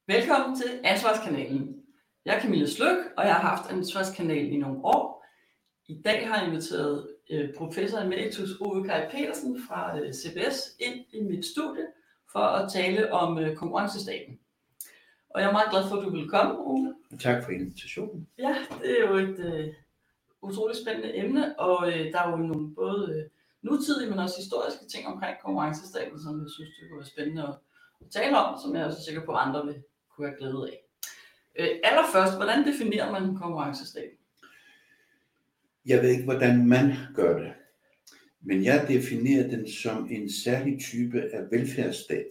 Velkommen til Ansvarskanalen. Jeg er Camilla Sløk, og jeg har haft Ansvarskanalen i nogle år. I dag har jeg inviteret professor emeritus Ove Kaj Petersen fra CBS ind i mit studie for at tale om konkurrencestaten. Og jeg er meget glad for, at du vil komme, Ove. Tak for invitationen. Ja, det er jo et utroligt spændende emne, og der er jo nogle både nutidige, men også historiske ting omkring konkurrencestaten, som jeg synes, det kunne være spændende at tale om, som jeg er så sikker på, at andre vil kunne have glæde af. Allerførst, hvordan definerer man konkurrencestaten? Jeg ved ikke, hvordan man gør det, men jeg definerer den som en særlig type af velfærdsstat.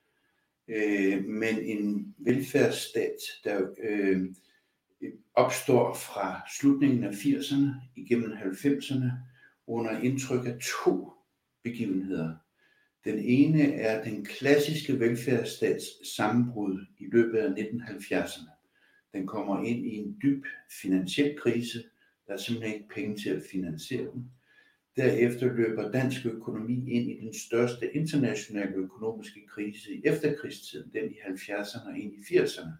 Men en velfærdsstat, der opstår fra slutningen af 80'erne igennem 90'erne under indtryk af to begivenheder. Den ene er den klassiske velfærdsstats sammenbrud i løbet af 1970'erne. Den kommer ind i en dyb finansiel krise. Der er simpelthen ikke penge til at finansiere den. Derefter løber dansk økonomi ind i den største internationale økonomiske krise i efterkrigstiden, den i 70'erne og ind i 80'erne.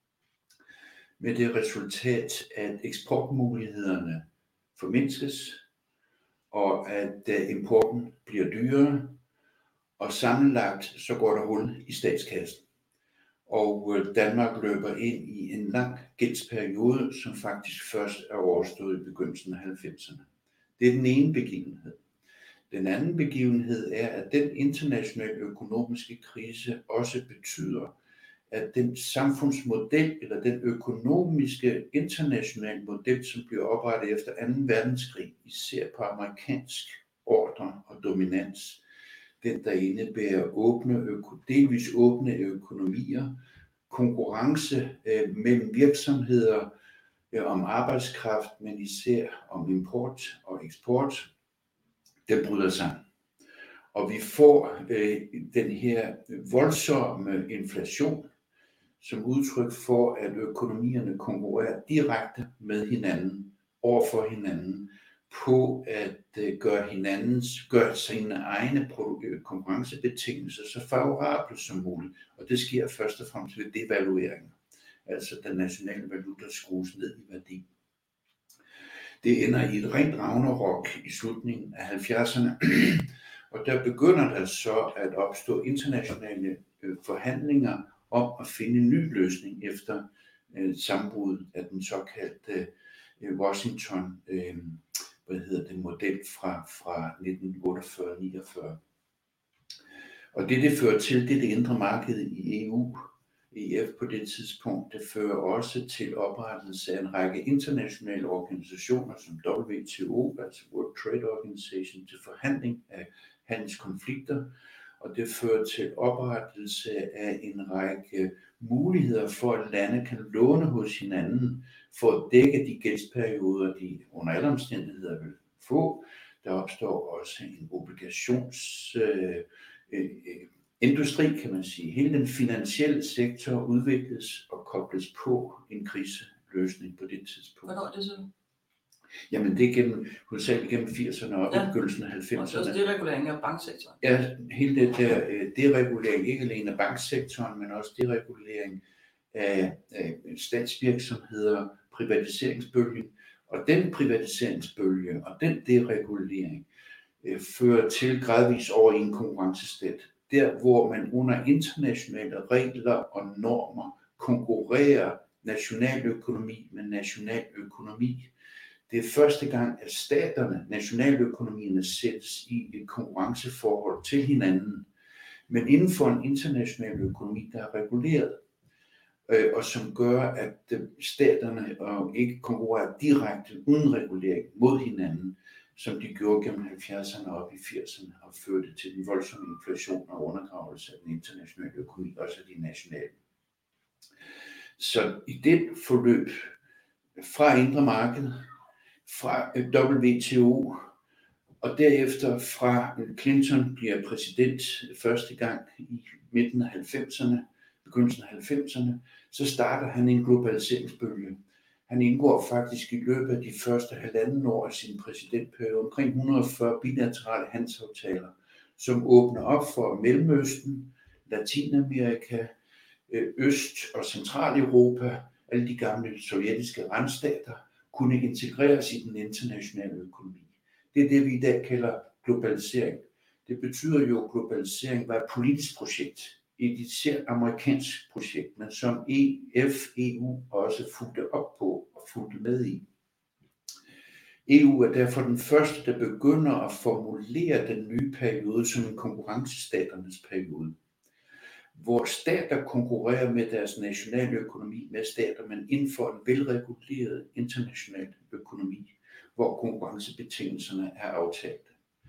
Med det resultat, at eksportmulighederne formindskes, og at importen bliver dyrere, og sammenlagt så går der hul i statskassen. Og Danmark løber ind i en lang gældsperiode, som faktisk først er overstået i begyndelsen af 90'erne. Det er den ene begivenhed. Den anden begivenhed er, at den internationale økonomiske krise også betyder, at den samfundsmodel eller den økonomiske internationale model, som bliver oprettet efter 2. verdenskrig, især på amerikansk ordre og dominans, den der indebærer delvis åbne økonomier, konkurrence mellem virksomheder om arbejdskraft, men især om import og eksport, den bryder sammen. Og vi får den her voldsomme inflation som udtryk for, at økonomierne konkurrerer direkte med hinanden, overfor hinanden, på at gøre sine egne konkurrencebetingelser så favorable som muligt. Og det sker først og fremmest ved devalueringer. Altså den nationale valuta skrues ned i værdi. Det ender i et rent ragnarok i slutningen af 70'erne. Og der begynder der så at opstå internationale forhandlinger om at finde en ny løsning efter sammenbruddet af den såkaldte Washington model fra 1948-49. Og det fører til, det indre marked i EU, EF på det tidspunkt, det fører også til oprettelse af en række internationale organisationer som WTO, altså World Trade Organization, til forhandling af handelskonflikter, og det fører til oprettelse af en række muligheder for, at lande kan låne hos hinanden for at dække de gældsperioder, de under alle omstændigheder vil få. Der opstår også en obligationsindustri, kan man sige. Hele den finansielle sektor udvikles og kobles på en kriseløsning på det tidspunkt. Hvornår er det så? Jamen det er hovedsageligt gennem 80'erne og begyndelsen af 90'erne. Og så også deregulering af banksektoren. Ja, hele det der deregulering, ikke alene af banksektoren, men også deregulering af statsvirksomheder, privatiseringsbølgen. Og den privatiseringsbølge og den deregulering fører til gradvis over i en konkurrencestat. Der hvor man under internationale regler og normer konkurrerer nationaløkonomi med nationaløkonomi. Det er første gang, at staterne, nationaløkonomierne, sættes i et konkurrenceforhold til hinanden, men inden for en international økonomi, der er reguleret, og som gør, at staterne ikke konkurrerer direkte uden regulering mod hinanden, som de gjorde gennem 70'erne og op i 80'erne, og førte til den voldsomme inflation og undergravelse af den internationale økonomi, også de nationale. Så i det forløb fra indre marked, fra WTO, og derefter fra Clinton bliver præsident første gang i midten af 90'erne, begyndelsen af 90'erne, så starter han en globaliseringsbølge. Han indgår faktisk i løbet af de første 1,5 år af sin præsidentperiode omkring 140 bilaterale handelsaftaler, som åbner op for Mellemøsten, Latinamerika, Øst- og Centraleuropa, alle de gamle sovjetiske randstater, kunne integreres i den internationale økonomi. Det er det, vi i dag kalder globalisering. Det betyder jo, at globalisering var et politisk projekt, et især amerikansk projekt, men som EU også fulgte op på og fulgte med i. EU er derfor den første, der begynder at formulere den nye periode som en konkurrencestaternes periode, hvor stater konkurrerer med deres nationale økonomi med stater, men inden for en velreguleret international økonomi, hvor konkurrencebetingelserne er aftalt.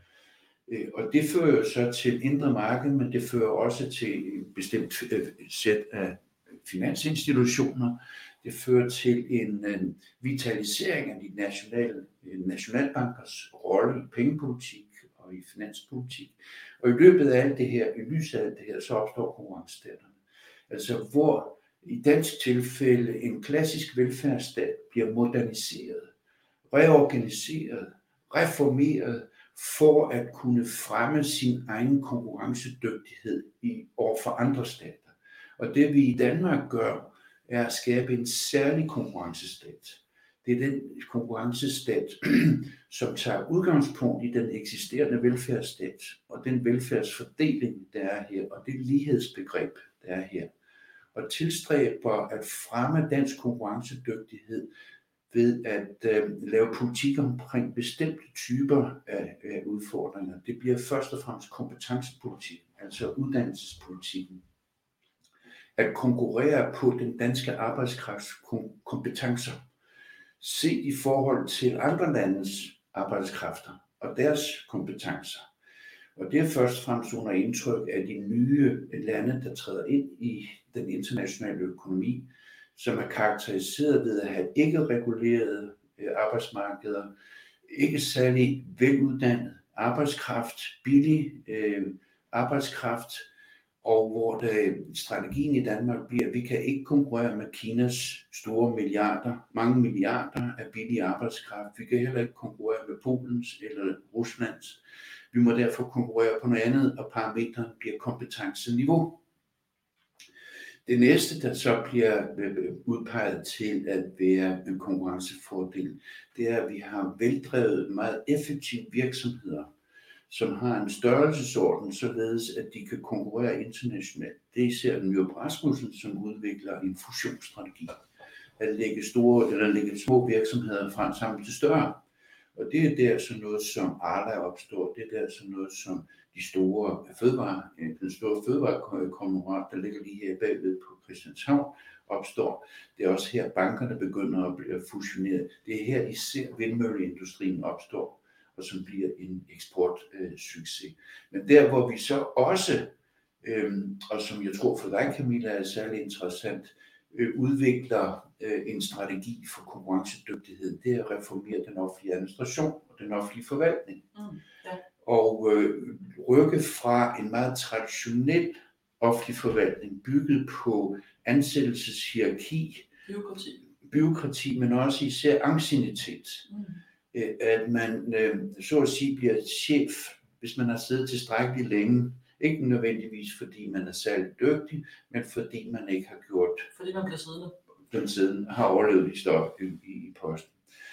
Og det fører jo så til indre marked, men det fører også til et bestemt sæt af finansinstitutioner. Det fører til en vitalisering af de nationalbankers rolle i pengepolitik og i finanspolitik. Og i løbet af alt det her, i lyset af alt det her, så opstår konkurrencestaterne. Altså hvor i dansk tilfælde en klassisk velfærdsstat bliver moderniseret, reorganiseret, reformeret, for at kunne fremme sin egen konkurrencedygtighed over for andre stater. Og det vi i Danmark gør, er at skabe en særlig konkurrencestat. Det er den konkurrencestat, som tager udgangspunkt i den eksisterende velfærdsstat, og den velfærdsfordeling, der er her, og det lighedsbegreb, der er her, og tilstræber at fremme dansk konkurrencedygtighed ved at lave politik omkring bestemte typer af udfordringer. Det bliver først og fremmest kompetencepolitik, altså uddannelsespolitikken. At konkurrere på den danske arbejdskrafts kompetencer, set i forhold til andre landes arbejdskrafter og deres kompetencer. Og det er først og fremmest under indtryk af de nye lande, der træder ind i den internationale økonomi, som er karakteriseret ved at have ikke regulerede arbejdsmarkeder, ikke særlig veluddannet arbejdskraft, billig arbejdskraft, og hvor strategien i Danmark bliver, at vi kan ikke konkurrere med Kinas store mange milliarder af billig arbejdskraft. Vi kan heller ikke konkurrere med Polens eller Ruslands. Vi må derfor konkurrere på noget andet, og parameteren bliver kompetenceniveau. Det næste, der så bliver udpeget til at være en konkurrencefordel, det er, at vi har veldrevet, meget effektive virksomheder, som har en størrelsesorden, således at de kan konkurrere internationalt. Det er især Nyrup Rasmussen, som udvikler en fusionsstrategi, at lægge små virksomheder frem sammen til større. Og det er der sådan noget som Arla opstår, det er der sådan noget som den store fødevarekonglomerat, der ligger lige her bagved på Christianshavn, opstår. Det er også her bankerne begynder at blive fusioneret. Det er her især vindmølleindustrien opstår, og som bliver en eksportsucces. Men der hvor vi så også, og som jeg tror for dig Camilla er særlig interessant, udvikler en strategi for konkurrencedygtighed, det er at reformere den offentlige administration og den offentlige forvaltning. Og rykke fra en meget traditionel offentlig forvaltning, bygget på ansættelseshierarki, byråkrati, men også især anciennitet. At man så at sige bliver chef, hvis man har siddet tilstrækkeligt længe. Ikke nødvendigvis fordi man er særlig dygtig, men fordi man ikke har gjort... Fordi man bliver siddende. Den siden har overlevet i posten.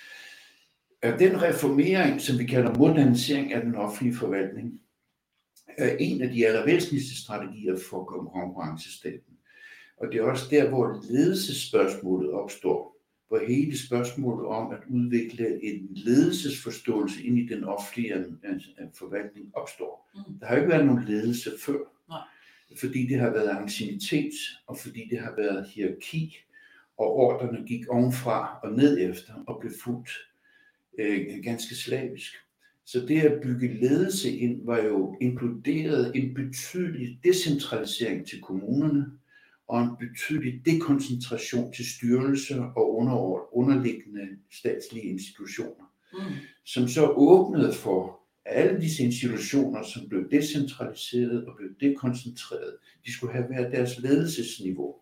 Den reformering, som vi kalder modernisering af den offentlige forvaltning, er en af de allervæsentligste strategier for konkurrencestaten. Og det er også der, hvor ledelsesspørgsmålet opstår. Hvor hele spørgsmålet om at udvikle en ledelsesforståelse ind i den offentlige forvaltning opstår. Der har ikke været nogen ledelse før. Nej. Fordi det har været anciennitet, og fordi det har været hierarki, og ordrene gik ovenfra og ned efter og blev fulgt ganske slavisk. Så det at bygge ledelse ind var jo inkluderet en betydelig decentralisering til kommunerne, og en betydelig dekoncentration til styrelser og underliggende statslige institutioner, som så åbnede for alle disse institutioner, som blev decentraliseret og blev dekoncentreret. De skulle have været deres ledelsesniveau.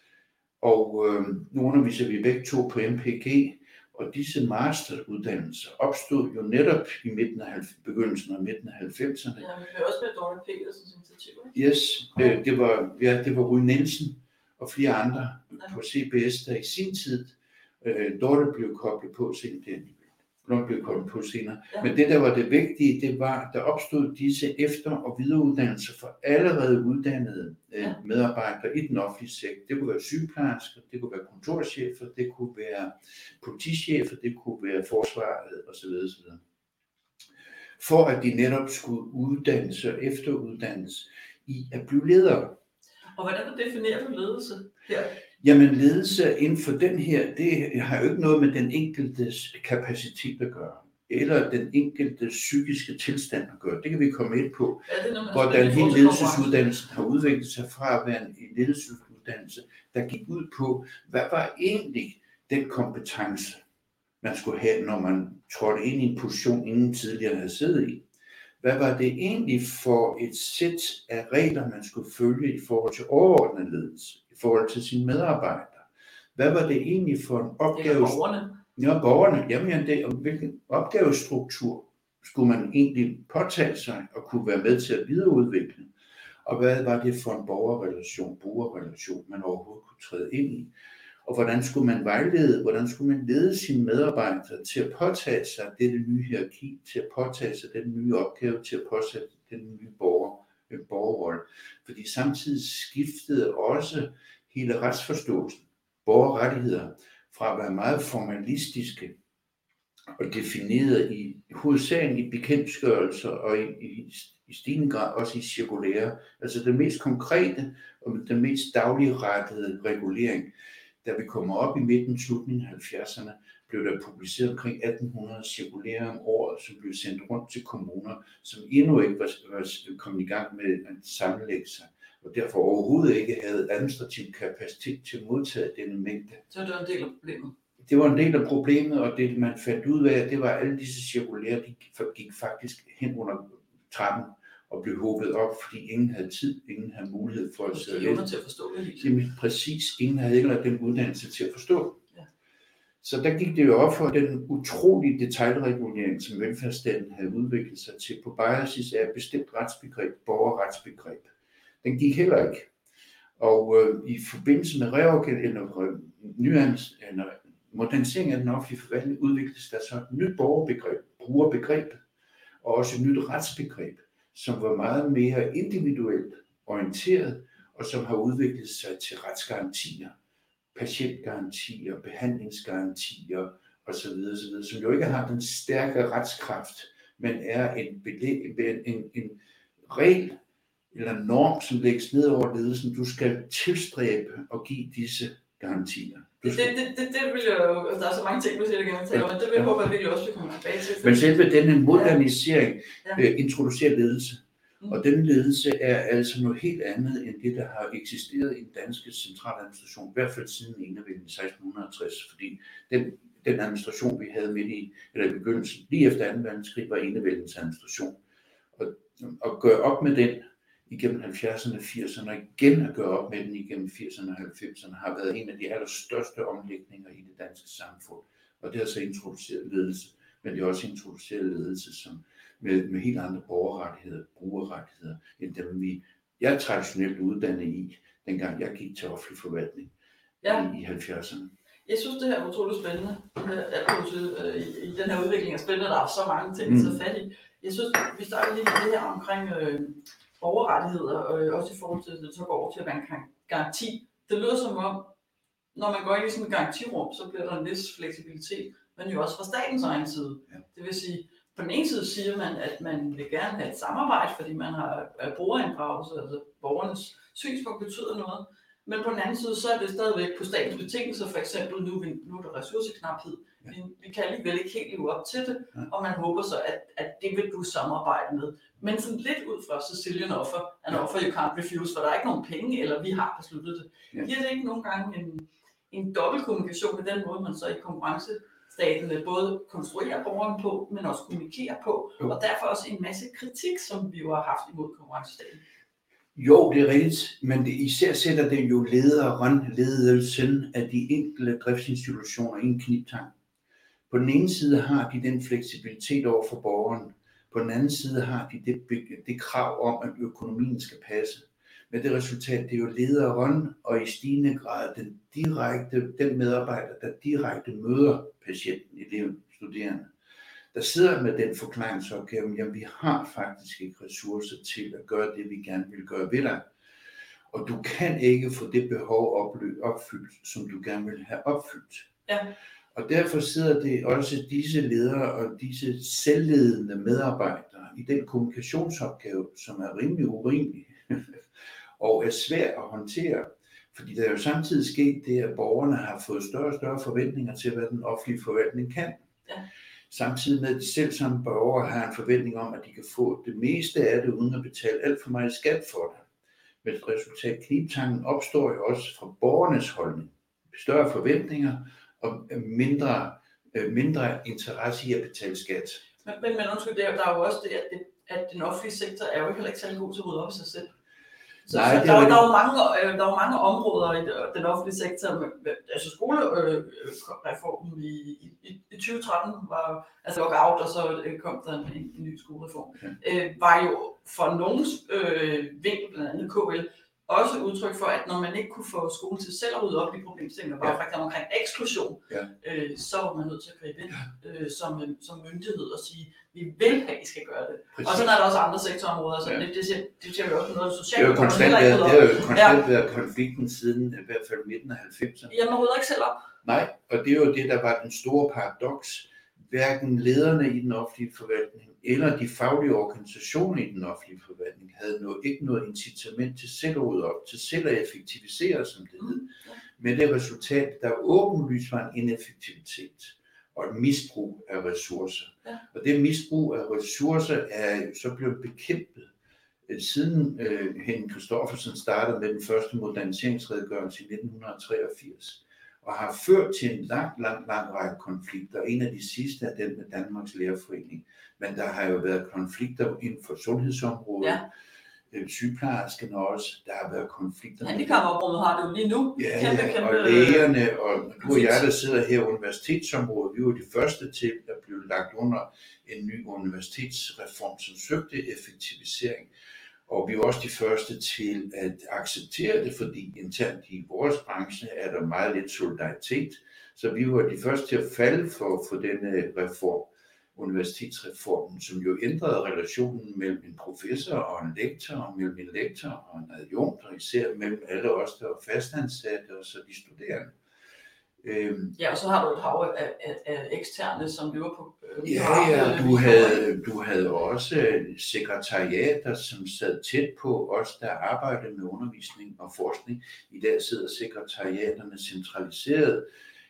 Og nu underviser vi begge to på MPG, og disse masteruddannelser opstod jo netop i begyndelsen og midten af 90'erne. Ja, vi også med Dorte Petersens initiativ. Yes, det var Rune Nielsen og flere andre på CBS, der i sin tid, Dorte blev koblet på senere. Ja. Men det, der var det vigtige, det var, at der opstod disse efter- og videreuddannelser for allerede uddannede medarbejdere i den offentlige sektor. Det kunne være sygeplejersker, det kunne være kontorchefer, det kunne være politichefer, det kunne være forsvaret osv. For at de netop skulle uddannes og efteruddannes i at blive ledere. Og hvordan definerer du ledelse her? Jamen ledelse inden for den her, det har jo ikke noget med den enkeltes kapacitet at gøre, eller den enkelte psykiske tilstand at gøre. Det kan vi komme ind på, hvordan hele ledelsesuddannelsen har udviklet sig fra at være en ledelsesuddannelse, der gik ud på, hvad var egentlig den kompetence, man skulle have, når man trådte ind i en position, ingen tidligere havde siddet i. Hvad var det egentlig for et sæt af regler, man skulle følge i forhold til overordnet ledelse, i forhold til sine medarbejdere? Hvad var det egentlig for en opgave? Borgerne. Jamen, hvilken opgavestruktur skulle man egentlig påtage sig og kunne være med til at videreudvikle? Og hvad var det for en brugerrelation, man overhovedet kunne træde ind i? Og hvordan skulle man vejlede, hvordan skulle man lede sine medarbejdere til at påtage sig dette nye hierarki, til at påtage sig den nye opgave, til at påtage den nye borgerrolle. Fordi samtidig skiftede også hele retsforståelsen, borgerrettigheder, fra at være meget formalistiske og defineret i hovedsageligt i bekendtgørelser og i stigende grad også i cirkulære. Altså den mest konkrete og den mest dagligrettede regulering. Da vi kommer op i midten, slutningen af 70'erne, blev der publiceret omkring 1800 cirkulærer om året, som blev sendt rundt til kommuner, som endnu ikke var kommet i gang med at sammenlægge sig, og derfor overhovedet ikke havde administrativ kapacitet til at modtage denne mængde. Så det var en del af problemet? Det var en del af problemet, og det man fandt ud af, det var, at alle disse cirkulærer, de gik faktisk hen under trappen og blev håbet op, fordi ingen havde tid, ingen havde mulighed for at sidde lidt. Til at forstå det. Jamen præcis, ingen havde ikke den uddannelse til at forstå. Ja. Så der gik det jo op for den utrolige detailregulering, som velfærdsstaten havde udviklet sig til på basis af et bestemt retsbegreb, borgerretsbegreb. Den gik heller ikke. Og i forbindelse med modernisering af den offentlige forvaltning udvikles der så et nyt borgerbegreb, brugerbegreb, og også et nyt retsbegreb, som var meget mere individuelt orienteret, og som har udviklet sig til retsgarantier, patientgarantier, behandlingsgarantier osv., som jo ikke har den stærke retskraft, men er en regel eller norm, som lægges ned over ledelsen. Du skal tilstræbe og give disse garantier. Det vil jeg jo, der er så mange ting, du siger, der gerne taler, men det vil jeg håbe, at vi også vil komme tilbage til. Men selve denne modernisering introducerer ledelse. Og den ledelse er altså noget helt andet end det, der har eksisteret i den danske centraladministration, i hvert fald siden enevælden i 1660, fordi den administration, vi havde i begyndelsen, lige efter 2. verdenskrig, var enevældens administration. Og gøre op med den igennem 70'erne og 80'erne, og igen at gøre op med den igennem 80'erne og 90'erne, har været en af de allerstørste omlægninger i det danske samfund. Og det har så introduceret ledelse, men det har også introduceret ledelse som med helt andre borgerrettigheder, brugerrettigheder, end dem jeg er traditionelt uddannet i, dengang jeg gik til offentlig forvaltning i 70'erne. Jeg synes, det her er utroligt spændende. I den her udvikling er spændende, der er så mange ting at tage fat i. Jeg synes, vi starter lige med det her omkring borgerrettigheder, også i forhold til, at det så går over til at være en garanti. Det lyder som om, når man går ind i sådan en garantirum, så bliver der en vis fleksibilitet, men jo også fra statens egen side. Ja. Det vil sige, på den ene side siger man, at man vil gerne have et samarbejde, fordi man har brugerinddragelse, altså borgernes synspunkt betyder noget. Men på den anden side, så er det stadigvæk på statens betingelser, for eksempel nu er der ressourceknaphed. Vi kan alligevel ikke helt leve op til det, og man håber så, at det vil du samarbejde med. Men sådan lidt ud fra Sicilian offer, an offer you can't refuse, for der er ikke nogen penge, eller vi har besluttet det. Giver det ikke nogle gange en dobbeltkommunikation med den måde, man så i konkurrencestaten både konstruerer borgeren på, men også kommunikerer på, og derfor også en masse kritik, som vi jo har haft imod konkurrencestaten? Jo, det er rigtigt, men især sætter det jo ledelsen af de enkelte driftsinstitutioner i en knibtang. På den ene side har de den fleksibilitet over for borgeren, på den anden side har de det krav om, at økonomien skal passe. med det resultat, det er jo lederen, og i stigende grad den medarbejder, der direkte møder patienten, eleven, studerende, der sidder med den forklaringsopgave, jamen vi har faktisk ikke ressourcer til at gøre det, vi gerne vil gøre ved dig. Og du kan ikke få det behov opfyldt, som du gerne vil have opfyldt. Ja. Og derfor sidder det også disse ledere og disse selvledende medarbejdere i den kommunikationsopgave, som er rimelig urimelig og er svær at håndtere. Fordi der er jo samtidig sket det, at borgerne har fået større og større forventninger til, hvad den offentlige forvaltning kan. Ja. Samtidig med, at de selv samme borgere har en forventning om, at de kan få det meste af det, uden at betale alt for meget skat for det. Men et resultat, knibtangen opstår jo også fra borgernes holdning. Større forventninger og mindre interesse i at betale skat. Men undskyld, der er jo også det, at den offentlige sektor er jo heller ikke særlig god til at rydde op i sig selv. Så der er jo mange områder i den offentlige sektor, altså skolereformen i 2013 var altså lockout, og så kom der en ny skolereform, var jo for nogens vinkel, blandt andet KL, også udtryk for, at når man ikke kunne få skolen til selv at rydde op i problemstillinger, bare for eksempel omkring eksklusion, så var man nødt til at gribe ind som myndighed og sige, vi vil have, at I skal gøre det. Præcis. Og så er der også andre sektorområder, så det ser vi også på noget socialt. Det har jo konstant været konflikten siden i hvert fald midten af 90'erne. Ja, man rydder ikke selv op. Nej, og det er jo det, der var den store paradoks. Hverken lederne i den offentlige forvaltning eller de faglige organisationer i den offentlige forvaltning havde ikke noget incitament til selv at rydde op, til selv at effektivisere, som det hed. Med det resultat, der åbenlyst var en ineffektivitet og et misbrug af ressourcer. Ja. Og det misbrug af ressourcer er så blevet bekæmpet siden Henning Christoffersen startede med den første moderniseringsredegørelse i 1983. Og har ført til en lang række konflikter. En af de sidste er den med Danmarks Lærerforening. Men der har jo været konflikter inden for sundhedsområdet. Ja. Sygeplejerskerne også. Der har været konflikter. Handicapområdet har det jo lige nu. Kæmpe. Og lægerne, og nu er jeg, der sidder her i universitetsområdet. Vi var de første til at blive lagt under en ny universitetsreform, som søgte effektivisering. Og vi er også de første til at acceptere det, fordi internt i vores branche er der meget lidt solidaritet. Så vi var de første til at falde for denne reform, universitetsreformen, som jo ændrede relationen mellem en professor og en lektor, og mellem en lektor og en adjunkt, og især mellem alle os, der var fastansatte, og så de studerende. Ja, og så har du et hav af eksterne, som lever på... Du havde også sekretariater, som sad tæt på os, der arbejdede med undervisning og forskning. I dag sidder sekretariaterne centraliseret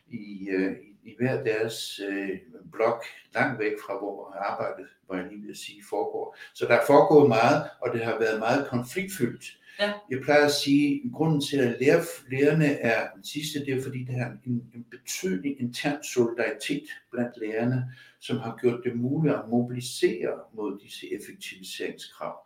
i hver deres blok, langt væk fra hvor arbejdet, hvor jeg lige vil sige, foregår. Så der er foregået meget, og det har været meget konfliktfyldt. Ja. Jeg plejer at sige, at grunden til, at lærerne er den sidste, det er fordi, der er en betydelig intern solidaritet blandt lærerne, som har gjort det muligt at mobilisere mod disse effektiviseringskrav.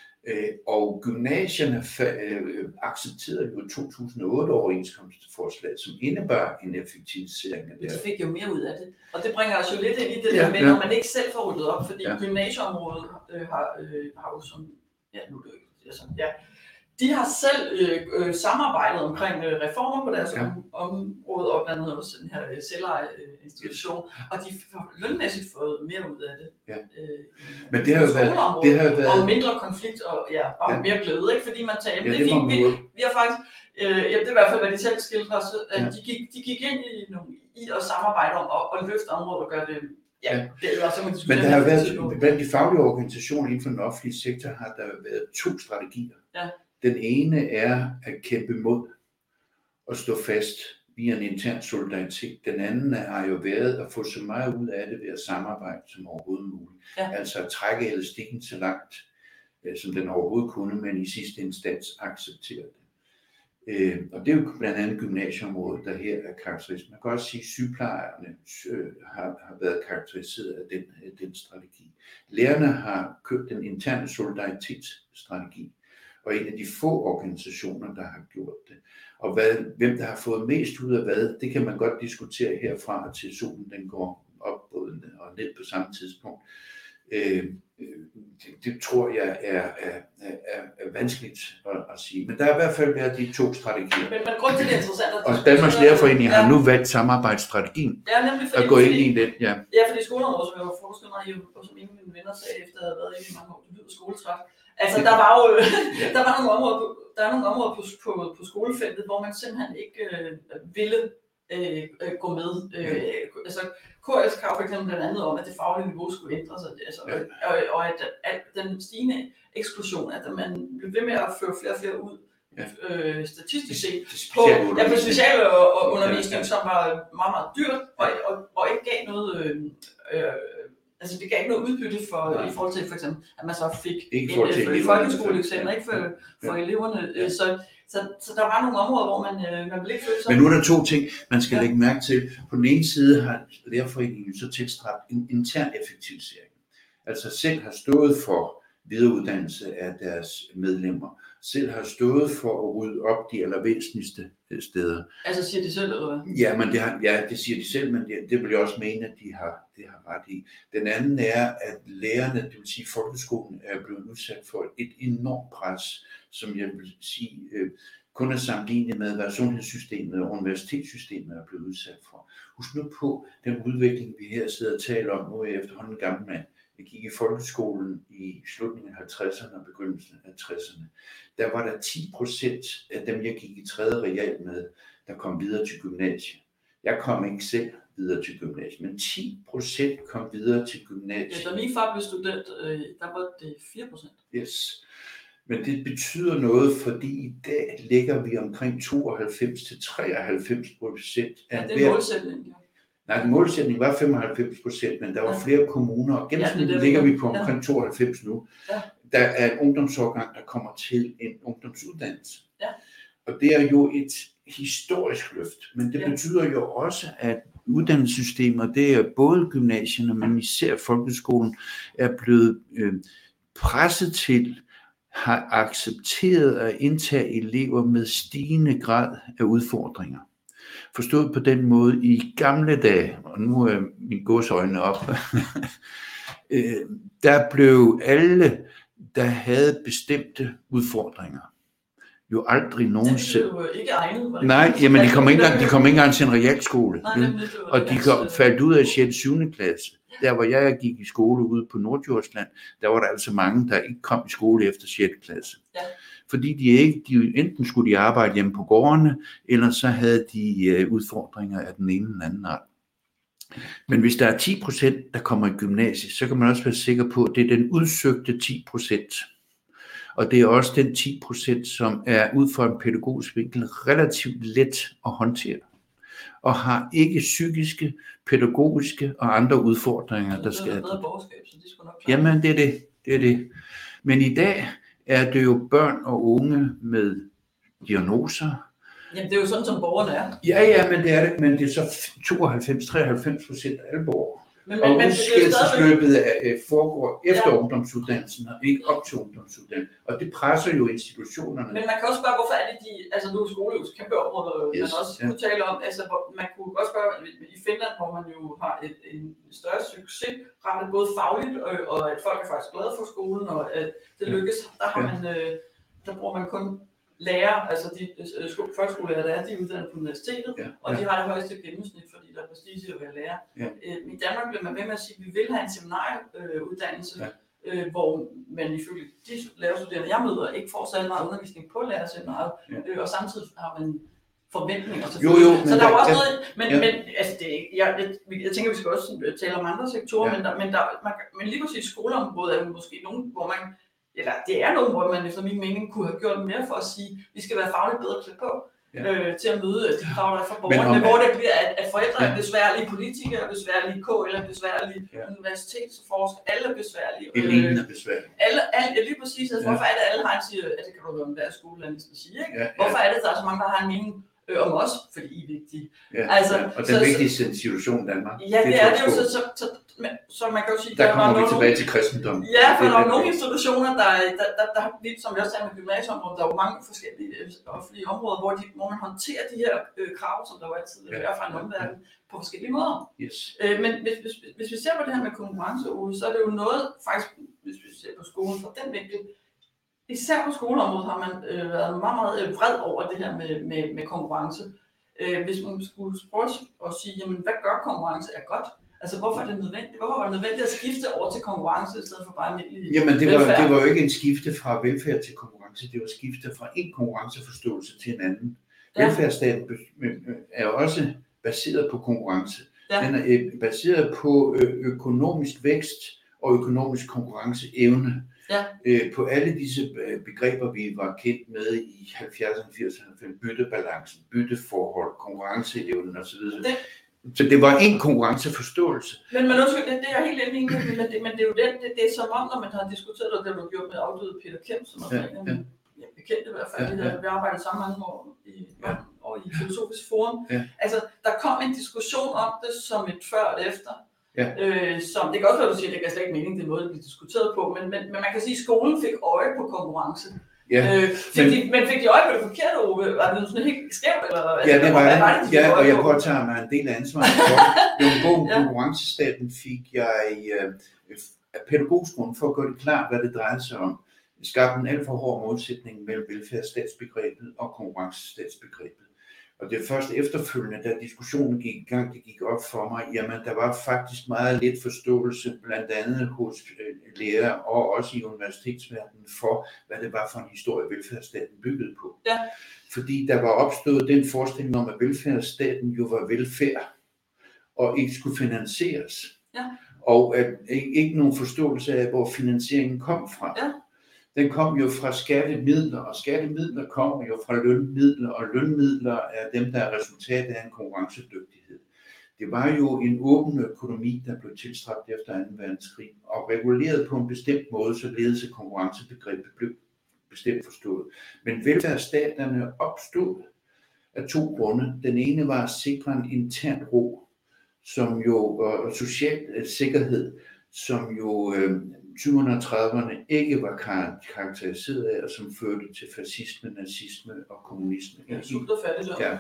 Og gymnasierne accepterede jo 2008 overenskomstforslag, som indebar en effektivisering af det. De fik jo mere ud af det. Og det bringer os jo lidt ind i det der med, når man ikke selv får ryddet op, fordi gymnasieområdet har jo som... Ja, nu er det ikke sådan, ja. De har selv samarbejdet omkring reformer på deres område, og blandt andet også den her selveje-institution, og de har lønmæssigt fået mere ud af det. Ja. Men det har jo været... Og mindre konflikt, og mere glæde, ikke? Fordi man tager, det er fint, vi har faktisk, det er i hvert fald, hvad de selv skildrer, at de gik ind i at samarbejde om at løfte området og gøre det. Ja, det er også, men der har været, blandt de faglige organisationer inden for den offentlige sektor, har der været 2 strategier. Ja. Den ene er at kæmpe mod og stå fast via en intern solidaritet. Den anden har jo været at få så meget ud af det ved at samarbejde som overhovedet muligt. Ja. Altså at trække elastikken så langt, som den overhovedet kunne, men i sidste instans acceptere det. Og det er jo blandt andet gymnasieområdet, der her er karakteristisk. Man kan også sige, at sygeplejerne har været karakteriseret af den strategi. Lærerne har købt den interne solidaritetsstrategi, og en af de få organisationer, der har gjort det. Og hvem der har fået mest ud af hvad, det kan man godt diskutere herfra til solen den går op og ned på samme tidspunkt. det tror jeg er vanskeligt at sige. Men der er i hvert fald været de 2 strategier. Men grund til det er interessant. Og Danmarks Lærerforening har nu valgt samarbejdsstrategien. Ja, nemlig fordi, at gå ind i den. Ja, ja, fordi skoleområdet, som jeg var forsket mig i, og som en af mine venner sagde, efter at have været i mange år, det lyder skoletræt. Altså, der var jo der er nogle områder på skolefeltet, hvor man simpelthen ikke ville gå med. Altså, KS har for eksempel blandt andet om, at det faglige niveau skulle ændre sig, altså, og at den stigende eksklusion, at man blev ved med at føre flere og flere ud, statistisk set, på specialundervisning, som var meget, meget dyrt, og ikke gav noget, altså det gav ikke noget udbytte i forhold til for eksempel, at man så fik en folkeskoleeksamen, ikke for eleverne, så der var nogle områder, hvor man ville ikke føle sig. Men nu er der 2 ting, man skal lægge mærke til. På den ene side har Lærerforeningen så tilstræbt en intern effektivisering. Altså selv har stået for videreuddannelse af deres medlemmer. Selv har stået for at rydde op de allervæsentligste steder. Altså siger de selv, eller hvad? Ja, det siger de selv, men det vil jeg også mene, at de har ret i. Den anden er, at lærerne, det vil sige folkeskolen, er blevet udsat for et enormt pres, som jeg vil sige kun er sammenlignet med, hvad sundhedssystemet og universitetssystemet er blevet udsat for. Husk nu på den udvikling, vi her sidder og taler om. Nu er jeg efterhånden gammel mand. Jeg gik i folkeskolen i slutningen af 50'erne og begyndelsen af 60'erne. Der var der 10% af dem, jeg gik i 3. real med, der kom videre til gymnasiet. Jeg kom ikke selv videre til gymnasiet, men 10% kom videre til gymnasiet. Ja, da min far blev student, der var det 4%. Yes. Men det betyder noget, fordi i dag ligger vi omkring 92-93% af det er målsætningen, ja. Nej, målsætningen var 95%, men der var flere kommuner, og gennemsnitligt ligger vi på omkring 92 nu. Ja. Der er en ungdomsårgang, der kommer til en ungdomsuddannelse. Ja. Og det er jo et historisk løft, men det betyder jo også, at uddannelsessystemer, det er både gymnasierne, men især folkeskolen, er blevet presset til, har accepteret at indtage elever med stigende grad af udfordringer. Forstået på den måde, i gamle dage, og nu er mine gåseøjne op, der blev alle, der havde bestemte udfordringer, jo aldrig nogensinde. Det blev ikke egnet. Nej, jamen de kom ikke engang til en realskole. Og de faldt ud af 6. og 7. klasse. Der hvor jeg gik i skole ude på Norddjursland, der var der altså mange, der ikke kom i skole efter 6. klasse. Ja. Fordi de enten skulle de arbejde hjemme på gårdene, eller så havde de udfordringer af den ene eller anden art. Men hvis der er 10%, der kommer i gymnasiet, så kan man også være sikker på, at det er den udsøgte 10%. Og det er også den 10%, som er ud fra en pædagogisk vinkel relativt let at håndtere. Og har ikke psykiske, pædagogiske og andre udfordringer, der skal. Jamen, det er det. Men i dag er det jo børn og unge med diagnoser. Jamen, det er jo sådan, som borgerne er. Ja, men det er det. Men det er så 92-93% af alle borgere. Og udskillelsesløbet foregår efter ungdomsuddannelsen og ikke op til ungdomsuddannelsen. Og det presser jo institutionerne. Men man kan også spørge, hvorfor er det altså nu er skole jo et kæmpe område, man også kunne tale om. Altså, man kunne også spørge, i Finland, hvor man jo har en større succesrate, både fagligt, og at folk er faktisk glade for skolen, og at det lykkes. Der bruger man kun lærer, altså de folkeskolelærer, der er de uddannet på universitetet, og de har det højeste gennemsnit, fordi der er prestige at være lærer. Ja. I Danmark bliver man ved med at sige, at vi vil have en seminarieuddannelse, hvor man ifølge de lærerstuderende, jeg møder, ikke får særlig meget undervisning på lærerseminariet, og samtidig har man forventninger. Jo, så der er også noget, men altså det er ikke, jeg tænker, vi skal også tale om andre sektorer, men lige præcis skoleområdet er jo måske nogen, hvor man eller det er noget, hvor man efter min mening kunne have gjort mere for at sige, at vi skal være fagligt bedre klædt på til at møde de krav, der er for borgerne, hvor det bliver, at forældre er besværlige, politikere er besværlige, KL er besværlige, universitetsforskere, alle er besværlige. Eliten er besværlige. Alle, lige præcis, altså, hvorfor er det, alle har en siger, at det kan du gøre med hver skole, sige, ikke? Hvorfor er det, der er så mange, der har en mening, om os, fordi I er vigtige. Ja, Altså, ja. Og den vigtigste institution i Danmark. Ja, det er det jo, så man kan jo sige, der kommer vi tilbage til kristendommen. Ja, for der er nogle institutioner, der som jeg også sagde med gymnasieområdet, der er jo mange forskellige offentlige områder, hvor man håndterer de her krav, som der jo altid vil være fra en omverden, på forskellige måder. Yes. Men hvis vi ser på det her med konkurrence, så er det jo noget, faktisk, hvis vi ser på skolen fra den vinkel, især på skoleområdet har man været meget, meget vred over det her med konkurrence. Hvis man skulle prøve at sige, jamen, hvad gør konkurrence er godt? Altså, hvorfor er det nødvendigt? Hvorfor var det nødvendigt at skifte over til konkurrence, i stedet for bare almindelig velfærd? Det var jo ikke en skifte fra velfærd til konkurrence, det var skifte fra en konkurrenceforståelse til en anden. Ja. Velfærdsstaten er også baseret på konkurrence. Ja. Den er baseret på økonomisk vækst og økonomisk konkurrenceevne. Ja. På alle disse begreber, vi var kendt med i 70'erne, 80'erne, byttebalancen, bytteforhold, konkurrenceevnen osv. Så det var en konkurrenceforståelse. Men undskyld, det er jeg helt enig i, men det er jo det er som om, når man har diskuteret det, det blev gjort med afdøde Peter Kemp, som er en af mine bekendte i hvert fald, vi arbejdede sammen mange år i Filosofisk Forum. Ja. Altså, der kom en diskussion om det som et før og efter. Ja. Som, det kan også være, at du siger, at det gav slet ikke mening, det måde, det blev diskuteret på, men man kan sige, at skolen fik øje på konkurrence. Ja, men fik de øje på det forkerte, Ove? Var det sådan helt skævt? Eller, ja, det var det, og jeg påtager mig en del af ansvaret for. Det var en god konkurrencestaten, fik jeg pædagogskolen for at gøre det klart, hvad det drejede sig om. Det skabte en alt for hård modsætning mellem velfærdsstatsbegrebet og konkurrencestatsbegrebet. Og det først efterfølgende, da diskussionen gik i gang, det gik op for mig, jamen der var faktisk meget lidt forståelse, blandt andet hos lærere og også i universitetsverdenen, for hvad det var for en historie, velfærdsstaten byggede på. Ja. Fordi der var opstået den forestilling om, at velfærdsstaten jo var velfærd og ikke skulle finansieres. Ja. Og at ikke nogen forståelse af, hvor finansieringen kom fra. Ja. Den kom jo fra skattemidler, og skattemidler kommer jo fra lønmidler, og lønmidler er dem, der er resultat af en konkurrencedygtighed. Det var jo en åben økonomi, der blev tilstræbt efter 2. verdenskrig, og reguleret på en bestemt måde, således at konkurrencebegrebet blev bestemt forstået. Men velfærdsstaterne opstod af 2 grunde. Den ene var at sikre en intern ro, som jo, og social sikkerhed, som jo 20'erne og 30'erne ikke var karakteriseret af, og som førte til fascisme, nazisme og kommunisme. Ja, super fattigt. Ja.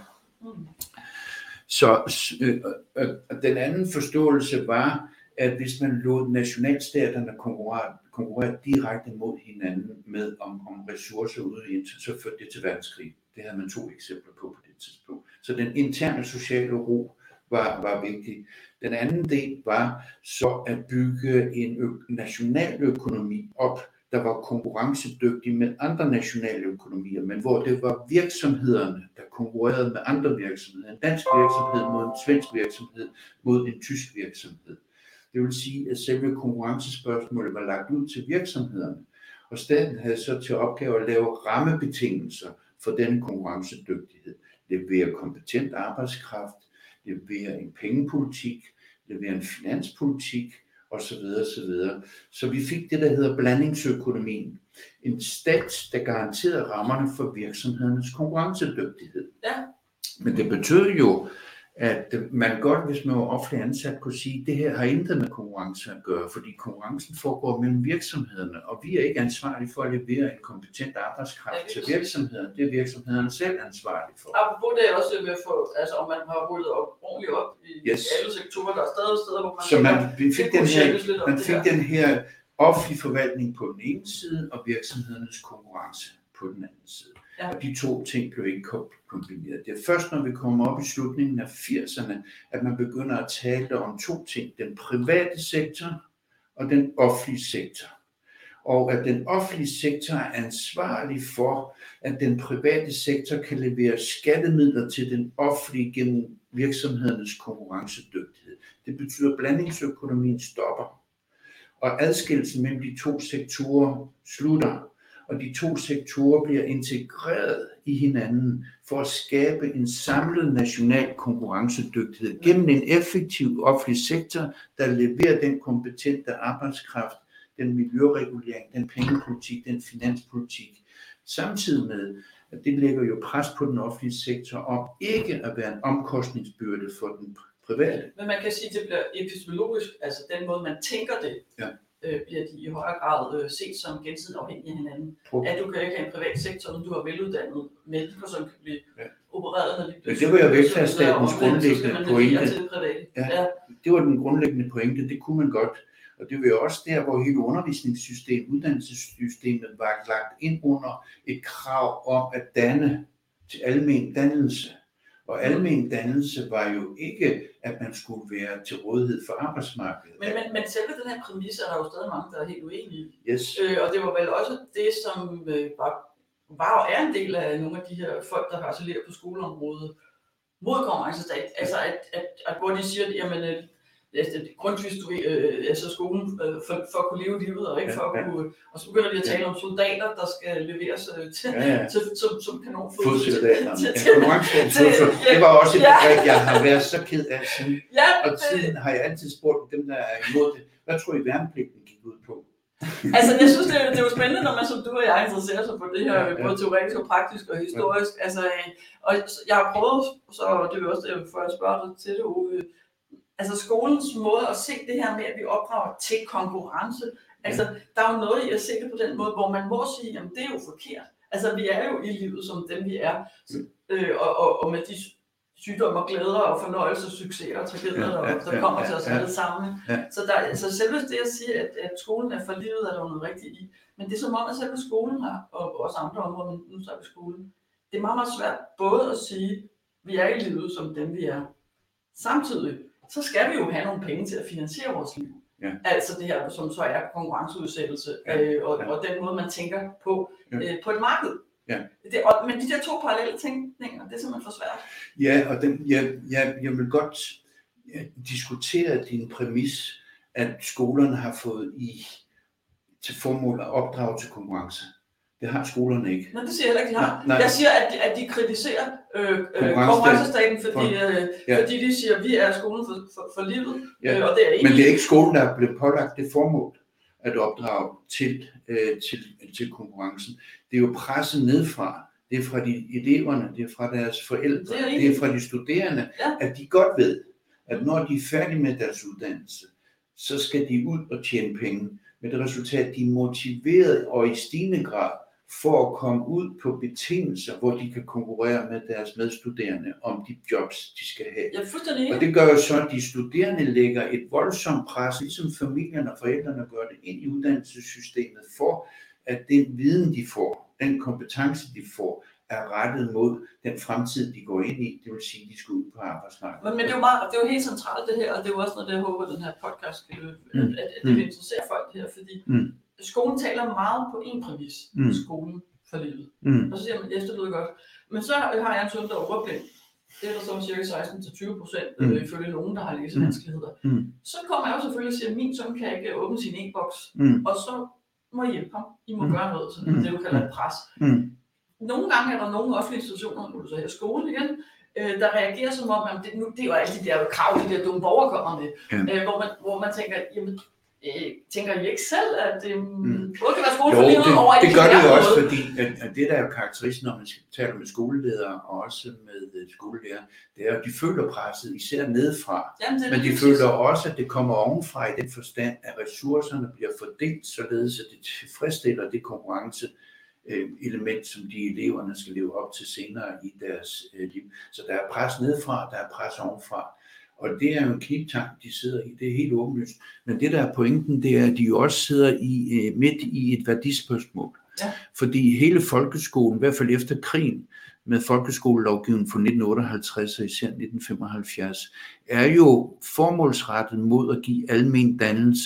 Så den anden forståelse var, at hvis man lod nationalstaterne konkurrere direkte mod hinanden med om ressourcer ude i så førte det til verdenskrig. Det havde man 2 eksempler på det tidspunkt. Så den interne sociale ro var vigtig. Den anden del var så at bygge en nationaløkonomi op, der var konkurrencedygtig med andre nationale økonomier, men hvor det var virksomhederne, der konkurrerede med andre virksomheder. En dansk virksomhed mod en svensk virksomhed mod en tysk virksomhed. Det vil sige, at selve konkurrencespørgsmålet var lagt ud til virksomhederne, og staten havde så til opgave at lave rammebetingelser for den konkurrencedygtighed. Levere kompetent arbejdskraft, levere en pengepolitik, levere en finanspolitik osv. Så vi fik det, der hedder blandingsøkonomien. En stat, der garanterede rammerne for virksomhedernes konkurrencedygtighed. Ja. Men det betød jo, at man godt, hvis man var offentlig ansat, kunne sige, at det her har intet med konkurrence at gøre, fordi konkurrencen foregår mellem virksomhederne, og vi er ikke ansvarlige for at levere en kompetent arbejdskraft til virksomhederne. Det er virksomhederne selv ansvarlige for. Apropos det er også med for, altså om man har rullet ordentligt op i alle sektorer, der er stadig steder, hvor man... Så man fik den her offentlig forvaltning på den ene side, og virksomhedernes konkurrence på den anden side. Ja. Og de 2 ting blev ikke kombineret. Det er først, når vi kommer op i slutningen af 80'erne, at man begynder at tale om 2 ting. Den private sektor og den offentlige sektor. Og at den offentlige sektor er ansvarlig for, at den private sektor kan levere skattemidler til den offentlige gennem virksomhedernes konkurrencedygtighed. Det betyder, at blandingsøkonomien stopper. Og adskillelsen mellem de 2 sektorer slutter. Og de 2 sektorer bliver integreret i hinanden for at skabe en samlet national konkurrencedygtighed gennem en effektiv offentlig sektor, der leverer den kompetente arbejdskraft, den miljøregulering, den pengepolitik, den finanspolitik, samtidig med, at det lægger jo pres på den offentlige sektor om ikke at være en omkostningsbyrde for den private. Men man kan sige, at det bliver epistemologisk, altså den måde, man tænker det, bliver de i højere grad set som gensidigt afhængige af hinanden. At du kan ikke have en privat sektor, men du har veluddannet mennesker, som kan blive opereret, når de bliver det var jo velfærdsstatens grundlæggende pointe. Ja. Det var den grundlæggende pointe, det kunne man godt. Og det var jo også der, hvor hele undervisningssystemet, uddannelsessystemet var lagt ind under et krav om at danne til almen dannelse. Og almen dannelse var jo ikke, at man skulle være til rådighed for arbejdsmarkedet. Men selve den her præmis er der jo stadig mange, der er helt uenige i. Yes. Og det var vel også det, som var og er en del af nogle af de her folk, der harcelerer på skoleområdet mod konkurrencestat. Altså at hvor de siger, jamen grundtvist, altså skolen for at kunne leve livet, og ikke for at kunne... Og så begynder de at tale om soldater, der skal leveres som kanonfod. Det var også et begreb, jeg har været så ked af siden. Og siden har jeg altid spurgt dem, der er imod det. Hvad tror I værnepligten gik ud på? Altså, jeg synes, det er jo spændende, når man som du og jeg interesserer sig for det her, både teoretisk og praktisk og historisk. Altså, og jeg har prøvet, så det er jo også det, for at spørge dig til det, Ove. Altså skolens måde at se det her med, at vi opdrager til konkurrence. Altså, der er jo noget i at se det på den måde, hvor man må sige, jamen det er jo forkert. Altså, vi er jo i livet som dem, vi er. Og med de sygdomme og glæder og fornøjelser, succeser og tragedier, der kommer til os alle sammen. Så selve det at sige, at skolen er for livet, er der noget rigtigt i. Men det er som om, at selve skolen har, og også andre områder, men nu tager vi skolen. Det er meget, meget svært både at sige, at vi er i livet som dem, vi er. Samtidig så skal vi jo have nogle penge til at finansiere vores liv. Altså det her, som så er konkurrenceudsættelse, og den måde, man tænker på på et marked. Men de der to parallelle tænkninger, det er simpelthen for svært. Ja, og jeg vil godt diskutere din præmis, at skolerne har fået til formål at opdrage til konkurrence. Det har skolerne ikke. Nej, det siger jeg heller ikke, de har. Jeg siger, at de kritiserer konkurrencestaten, fordi de siger, at vi er skolen for livet, og det er ikke. Men det er ikke skolen, der er blevet pålagt det formål at opdrage til konkurrencen. Det er jo presset nedfra. Det er fra de eleverne, det er fra deres forældre, det er fra de studerende, at de godt ved, at når de er færdige med deres uddannelse, så skal de ud og tjene penge. Med det resultat, de er motiveret og i stigende grad for at komme ud på betingelser, hvor de kan konkurrere med deres medstuderende om de jobs, de skal have. Og det gør jo så, at de studerende lægger et voldsomt pres, ligesom familierne og forældrene gør det ind i uddannelsessystemet, for at den viden, de får, den kompetence, de får, er rettet mod den fremtid, de går ind i. Det vil sige, at de skal ud på arbejdsmarkedet. Men det er jo helt centralt det her, og det er jo også noget, det jeg håber, den her podcast skal at det vil interessere folk det her, fordi skolen taler meget på en præmis, skolen for livet. Og så siger man, det lyder godt. Men så har jeg en søn, der er ordblind. Det er der så cirka 16-20% ifølge nogen, der har læsevanskeligheder. Så kommer jeg jo selvfølgelig og siger, at min søn kan ikke åbne sin e-boks, og så må I hjælpe ham. I må gøre noget, så det du kalder et pres. Nogle gange er der nogle offentlige institutioner, nu er det så her skolen igen, der reagerer som om, at det er jo alle de der krav, de der dumme borgere kommer med, hvor man tænker, jamen, tænker I ikke selv, at det både kan være skole for livet over det gør det jo også, fordi at det der er jo karakteristisk, når man taler med skoleledere og også med skolelærer, det er, at de føler presset, især nedefra. Men de føler også, at det kommer ovenfra i den forstand, at ressourcerne bliver fordelt, således at det tilfredsstiller det konkurrence element, som de eleverne skal leve op til senere i deres liv. Så der er pres nedefra, der er pres ovenfra. Og det er jo en knibtang, de sidder i. Det er helt åbenlyst. Men det, der er pointen, det er, at de jo også sidder midt i et værdispørgsmål. Fordi hele folkeskolen, i hvert fald efter krigen, med folkeskolelovgivningen fra 1958 og især 1975, er jo formålsrettet mod at give almen dannelse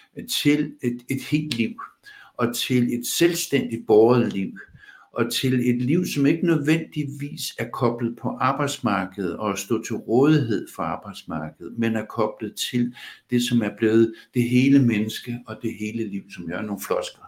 til et helt liv, og til et selvstændigt borgerligt liv, og til et liv, som ikke nødvendigvis er koblet på arbejdsmarkedet og stå til rådighed for arbejdsmarkedet, men er koblet til det, som er blevet det hele menneske og det hele liv, som er nogle floskler.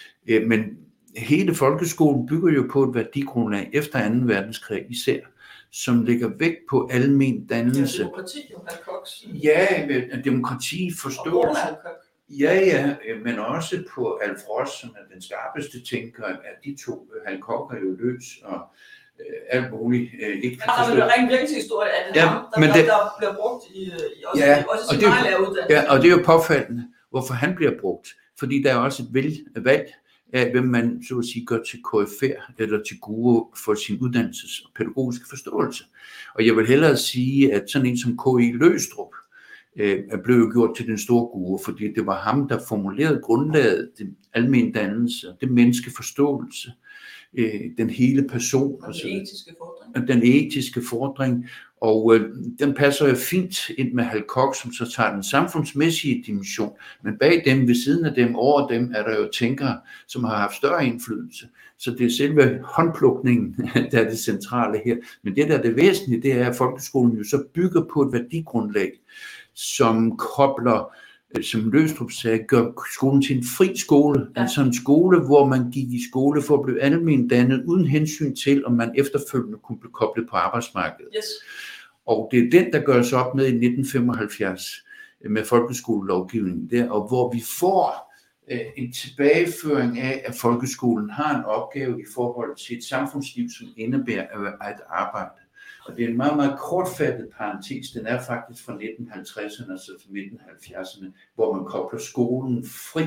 Men hele folkeskolen bygger jo på et værdigrundlag efter 2. verdenskrig især, som lægger vægt på almen dannelse. Ja, demokrati, jo, Hal Cox. Ja, demokrati, forståelse. Ja, men også på Alf Ross, som er den skarpeste tænker, at de to, Hal Koch er jo løs og alt muligt ikke kan forstå. Men det er en virkeligshistorie, at det ja, ham, der bliver brugt også i sin egen læreruddannelse. Ja, og det er jo påfaldende, hvorfor han bliver brugt. Fordi der er også et valg af, hvem man så at sige gør til KFR eller til guru for sin uddannelses- og pædagogiske forståelse. Og jeg vil hellere sige, at sådan en som K.E. Løgstrup blev jo gjort til den store guru, fordi det var ham, der formulerede grundlaget, den almen dannelse, den menneskeforståelse, den hele person. Og den etiske fordring. Og den passer jo fint ind med Hal Koch, som så tager den samfundsmæssige dimension. Men bag dem, ved siden af dem, over dem, er der jo tænkere, som har haft større indflydelse. Så det er selve håndplukningen, der er det centrale her. Men det, der er det væsentlige, det er, at folkeskolen jo så bygger på et værdigrundlag, som kobler, som Løgstrup sagde, gør skolen til en fri skole. Ja. Altså en skole, hvor man gik i skole for at blive almen dannet, uden hensyn til, om man efterfølgende kunne blive koblet på arbejdsmarkedet. Yes. Og det er den, der gøres op med i 1975 med folkeskolelovgivningen der, og hvor vi får en tilbageføring af, at folkeskolen har en opgave i forhold til et samfundsliv, som indebærer at arbejde. Og det er en meget, meget kortfattet parentes. Den er faktisk fra 1950'erne, altså fra 1970'erne, hvor man kobler skolen fri,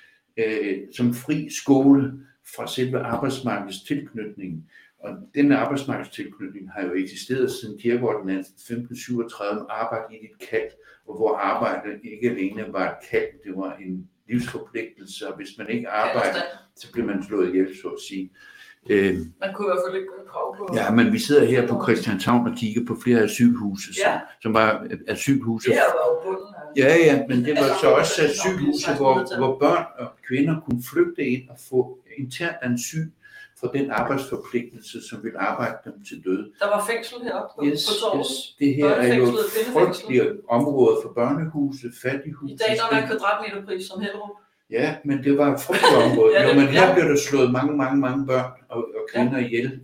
som fri skole fra selve arbejdsmarkedets tilknytning. Og denne arbejdsmarkedstilknytning har jo eksisteret siden Kierkegaard 1537, arbejde i dit kald, og hvor arbejdet ikke alene var et kald, det var en livsforpligtelse, og hvis man ikke arbejdede, så blev man slået ihjel, så at sige. Man kunne i hvert fald ikke gøre krav på. Ja, men vi sidder her på Christianshavn og kigger på flere asylhuse, som var asylhuse. Det var jo bunden. Ja, men det var så også asylhuse, hvor børn og kvinder kunne flygte ind og få internt asyl for den arbejdsforpligtelse, som ville arbejde dem til døde. Der var fængsel heroppe på torvet. Yes. Det her er jo frygtelige områder for børnehuse, fattighuse. I dag der er en kvadratmeterpris som Hellerup. Ja, men det var et frygteligt område. Men her blev der slået mange børn og kvinder ihjel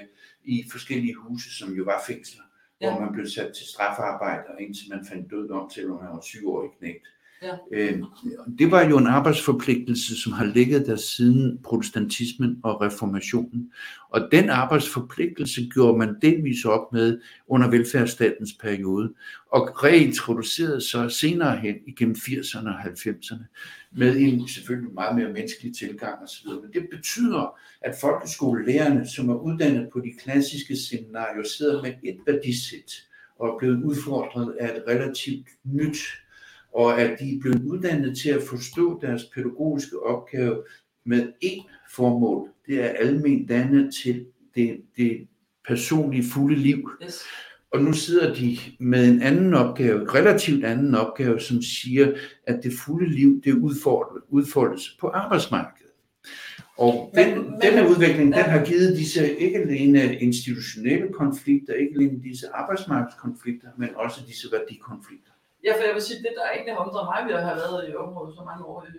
i forskellige huse, som jo var fængsler, hvor man blev sat til strafarbejde, indtil man fandt død om, selvom man var 7-årig knægt. Ja. Det var jo en arbejdsforpligtelse, som har ligget der siden protestantismen og reformationen. Og den arbejdsforpligtelse gjorde man delvis op med under velfærdsstatens periode, og reintroducerede så senere hen igennem 80'erne og 90'erne med en selvfølgelig meget mere menneskelig tilgang osv. Men det betyder, at folkeskolelærerne, som er uddannet på de klassiske seminarier, sidder med et værdisæt og er blevet udfordret af et relativt nyt, og at de er blevet uddannet til at forstå deres pædagogiske opgave med én formål. Det er almen dannet til det personlige fulde liv. Yes. Og nu sidder de med en anden opgave, relativt anden opgave, som siger, at det fulde liv, det udfoldes på arbejdsmarkedet. Og denne udvikling, den har givet disse ikke alene institutionelle konflikter, ikke alene disse arbejdsmarkedskonflikter, men også disse værdikonflikter. Ja, for jeg vil sige, det der egentlig undrer mig, vi har været i området så mange år, i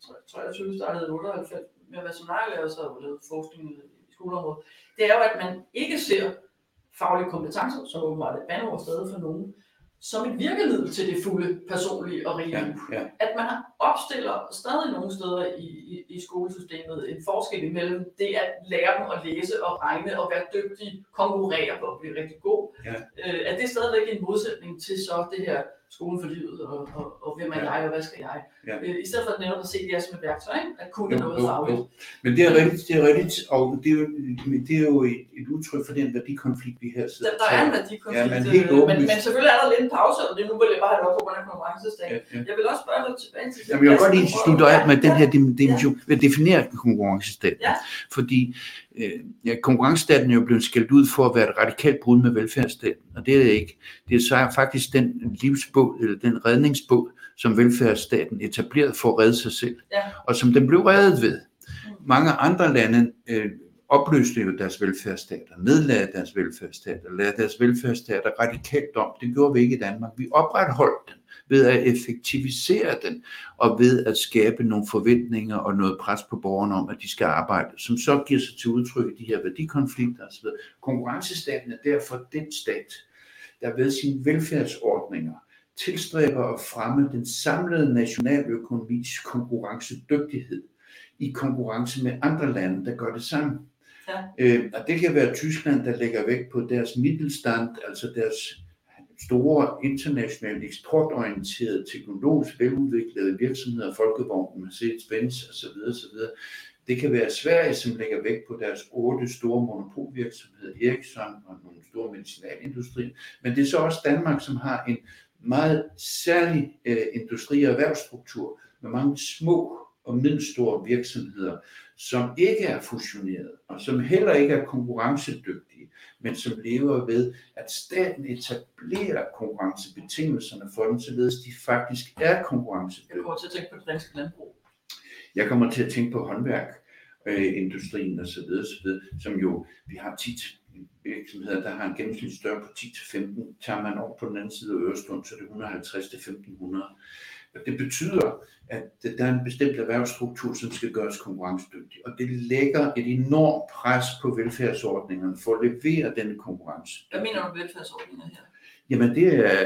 23 startede 98 med at være seminarielærer, så har vi lavet forskning i skoleområdet, det er jo, at man ikke ser faglige kompetencer, som åbenbart et bandeord stadig for nogen, som et virkemiddel til det fulde personlige og rige liv. Ja. At man opstiller stadig nogle steder i skolesystemet en forskel imellem det at lære dem at læse og regne og være dygtig, konkurrere på at blive rigtig god. Ja. At det er stadigvæk en modsætning til så det her skolen for livet og hvem er jeg og hvad skal jeg. Ja. I stedet for at nævne at se det som et værktøj, at kunne noget fagligt. Men det er rigtigt, og det er jo et udtryk for den værdikonflikt, vi her sidder. Der er en værdikonflikt, men selvfølgelig er der lidt en pause, og det nu vil jeg bare have det op på, hvordan konkurrencestaten. Ja. Jeg vil også spørge dig tilbage til det. Jamen, jeg vil godt lige slutte af med den her dimension, ved at definere konkurrencestaten. Ja. Fordi konkurrencestaten er jo blevet skældt ud for at være et radikalt brud med velfærdsstaten, og det er det ikke. Det er så faktisk den livsbåd, eller den redningsbåd, som velfærdsstaten etablerede for at redde sig selv, og som den blev reddet ved. Mange andre lande opløste jo deres velfærdsstater, nedlagde deres velfærdsstater, lagde deres velfærdsstater radikalt om. Det gjorde vi ikke i Danmark. Vi opretholdt den ved at effektivisere den, og ved at skabe nogle forventninger og noget pres på borgerne om, at de skal arbejde, som så giver sig til udtryk i de her værdikonflikter osv. Konkurrencestaten er derfor den stat, der ved sine velfærdsordninger tilstræber at fremme den samlede nationaløkonomis konkurrencedygtighed i konkurrence med andre lande, der gør det samme. Ja. Og det kan være Tyskland, der lægger vægt på deres Mittelstand, altså deres store internationalt eksportorienterede, teknologisk veludviklede virksomheder, Folkevognen, Mercedes-Benz osv. Det kan være Sverige, som lægger vægt på deres 8 store monopolvirksomheder, Ericsson og nogle store medicinalindustrier. Men det er så også Danmark, som har en meget særlig industri- og erhvervsstruktur med mange små og middelstore virksomheder, som ikke er fusioneret, og som heller ikke er konkurrencedygtige, men som lever ved, at staten etablerer konkurrencebetingelserne for dem, således de faktisk er konkurrencedygtige. Jeg kommer til at tænke på det danske landbrug. Jeg kommer til at tænke på håndværk, industrien osv., som jo, vi har 10 virksomheder, der har en gennemsnitlig større på 10-15. Tager man over på den anden side af Øresund, så er det 150-1500. Det betyder, at der er en bestemt erhvervsstruktur, som skal gøres konkurrencedygtig, og det lægger et enormt pres på velfærdsordningerne for at levere denne konkurrence. Hvad mener du med velfærdsordninger her? Jamen det er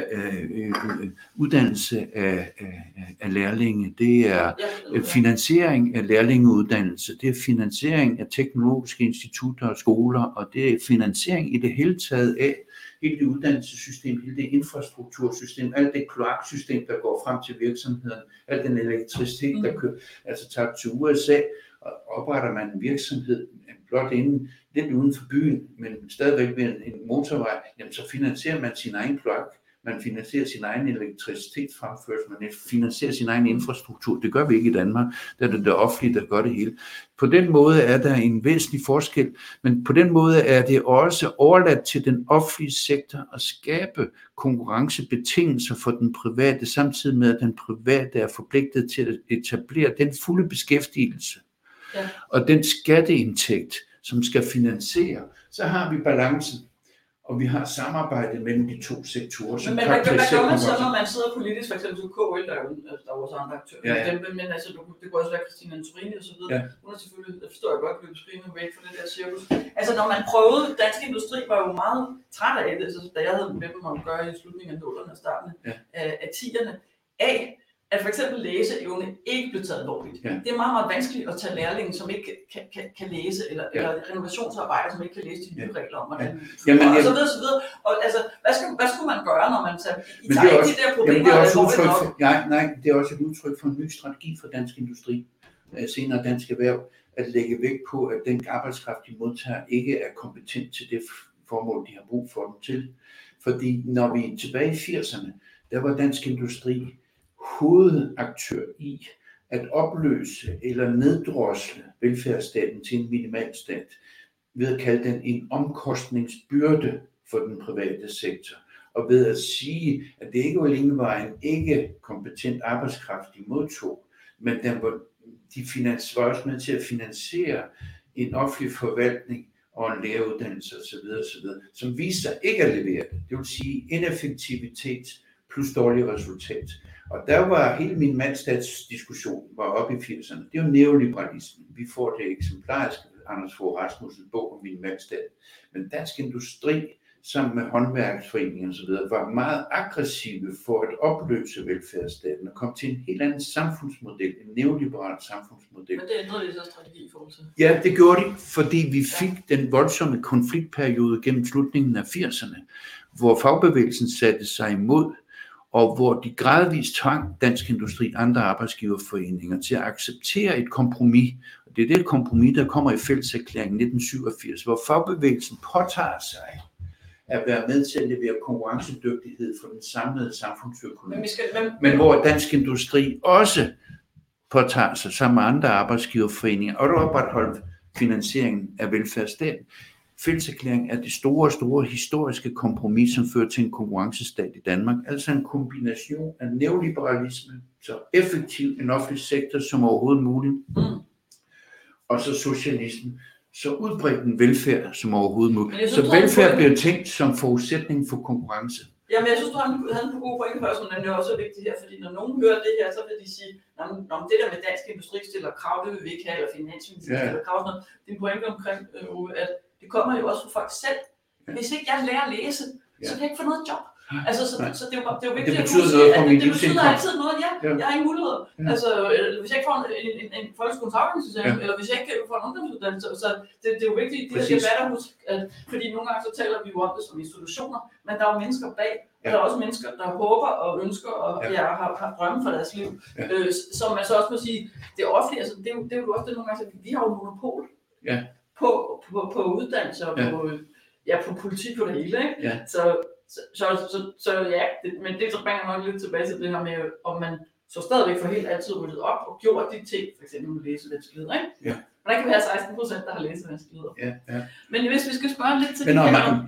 uddannelse af lærlinge, det er finansiering af lærlingeuddannelse, det er finansiering af teknologiske institutter og skoler, og det er finansiering i det hele taget af hele det uddannelsessystem, hele det infrastruktursystem, alt det kloaksystem, der går frem til virksomheden, al den elektricitet, der kører, altså tager til USA, og opretter man en virksomhed blot inden, lidt uden for byen, men stadigvæk ved en motorvej, jamen så finansierer man sin egen kloak, man finansierer sin egen elektricitetsfremførsel, man finansierer sin egen infrastruktur. Det gør vi ikke i Danmark, der er det offentlige, der gør det hele. På den måde er der en væsentlig forskel, men på den måde er det også overladt til den offentlige sektor at skabe konkurrencebetingelser for den private, samtidig med at den private er forpligtet til at etablere den fulde beskæftigelse. Ja. Og den skatteindtægt, som skal finansiere, så har vi balancen, og vi har samarbejde mellem de to sektorer. Men hvad gør man så, når man sidder politisk, for eksempel til KL, der er jo også andre aktører, ja. Men altså, det kunne også være Christina Antorini og så videre. Ja. Hun er selvfølgelig, jeg forstår jeg godt, løbe skrivende væk for det der cirkus. Altså når man prøvede, dansk industri var jo meget træt af det, så da jeg havde med dem at gøre i slutningen af 0'erne og starten af 10'erne, at for eksempel læseevne ikke blev taget alvorligt. Ja. Det er meget, meget vanskeligt at tage lærlinge, som ikke kan læse, eller renovationsarbejdere, som ikke kan læse de nye regler om, hvordan og så videre, så videre. Og altså, hvad skulle man gøre, når man tager ikke de der problemer? Nej, det er også et udtryk for en ny strategi for dansk industri, senere dansk erhverv, at lægge vægt på, at den arbejdskraft, de modtager, ikke er kompetent til det formål, de har brug for dem til. Fordi når vi er tilbage i 80'erne, der var dansk industri hovedaktør i at opløse eller neddrosle velfærdsstaten til en minimalstat ved at kalde den en omkostningsbyrde for den private sektor, og ved at sige, at det ikke alene var en ikke kompetent arbejdskraft, de modtog, men de var også med til at finansiere en offentlig forvaltning og en læreruddannelse osv., som viste sig ikke at levere det. Det vil sige ineffektivitet plus dårlig resultat. Og der var hele min mandsstatsdiskussion var oppe i 80'erne. Det er jo neoliberalismen. Vi får det eksemplariske Anders Fogh Rasmussens bog om min mandstat. Men dansk industri sammen med håndværksforeninger osv. var meget aggressive for at opløse velfærdsstaten og komme til en helt anden samfundsmodel, en neoliberal samfundsmodel. Men det ændrede de så strategi i forhold til? Ja, det gjorde de, fordi vi fik den voldsomme konfliktperiode gennem slutningen af 80'erne, hvor fagbevægelsen satte sig imod, og hvor de gradvist tvang Dansk Industri andre arbejdsgiverforeninger til at acceptere et kompromis. Og det er det kompromis, der kommer i fælleserklæringen 1987, hvor fagbevægelsen påtager sig at være med til at levere konkurrencedygtighed for den samlede samfundsøkonomi. Men hvor Dansk Industri også påtager sig sammen med andre arbejdsgiverforeninger og opretholde finansieringen af velfærdsstaten. Fælleserklæringen er det store historiske kompromis, som fører til en konkurrencestat i Danmark. Altså en kombination af neoliberalisme, så effektiv en offentlig sektor som overhovedet muligt, og så socialisme, så udbredt en velfærd som overhovedet muligt. Så velfærd bliver tænkt som forudsætning for konkurrence. Jamen jeg synes, du havde en god pointe først, men det er også vigtigt her, fordi når nogen hører det her, så vil de sige, om det der med dansk industri stiller krav, det vil vi ikke have, eller finansministeriet stiller krav, sådan noget. Det er en pointe omkring, at det kommer jo også fra folk selv. Hvis ikke jeg lærer at læse, så kan jeg ikke få noget job. Altså, så det er jo vigtigt, det betyder noget for min det betyder livsindkomst. altid noget, jeg har ingen muligheder. Ja. Altså, hvis jeg ikke får en folkeskolesafgangssystem, eller hvis jeg ikke får en ungdomsuddannelse, så det er jo vigtigt, de her debatter, fordi nogle gange så taler vi jo om det som institutioner, men der er jo mennesker bag, og der er også mennesker, der håber og ønsker og har drømme for deres liv, som man så også må sige, det offentlige, altså, det er jo også det nogle gange, vi har jo monopol på uddannelse og på politik på det hele, ikke? Ja. Så ja, men det så bringer nok lidt tilbage til det her med, om man så stadigvæk får helt altid ryddet op og gjort de ting, for eksempel med læsevanskeligheder, ikke? Ja. Men der kan være 16%, der har læsevanskeligheder. Ja. Men hvis vi skal spørge lidt til de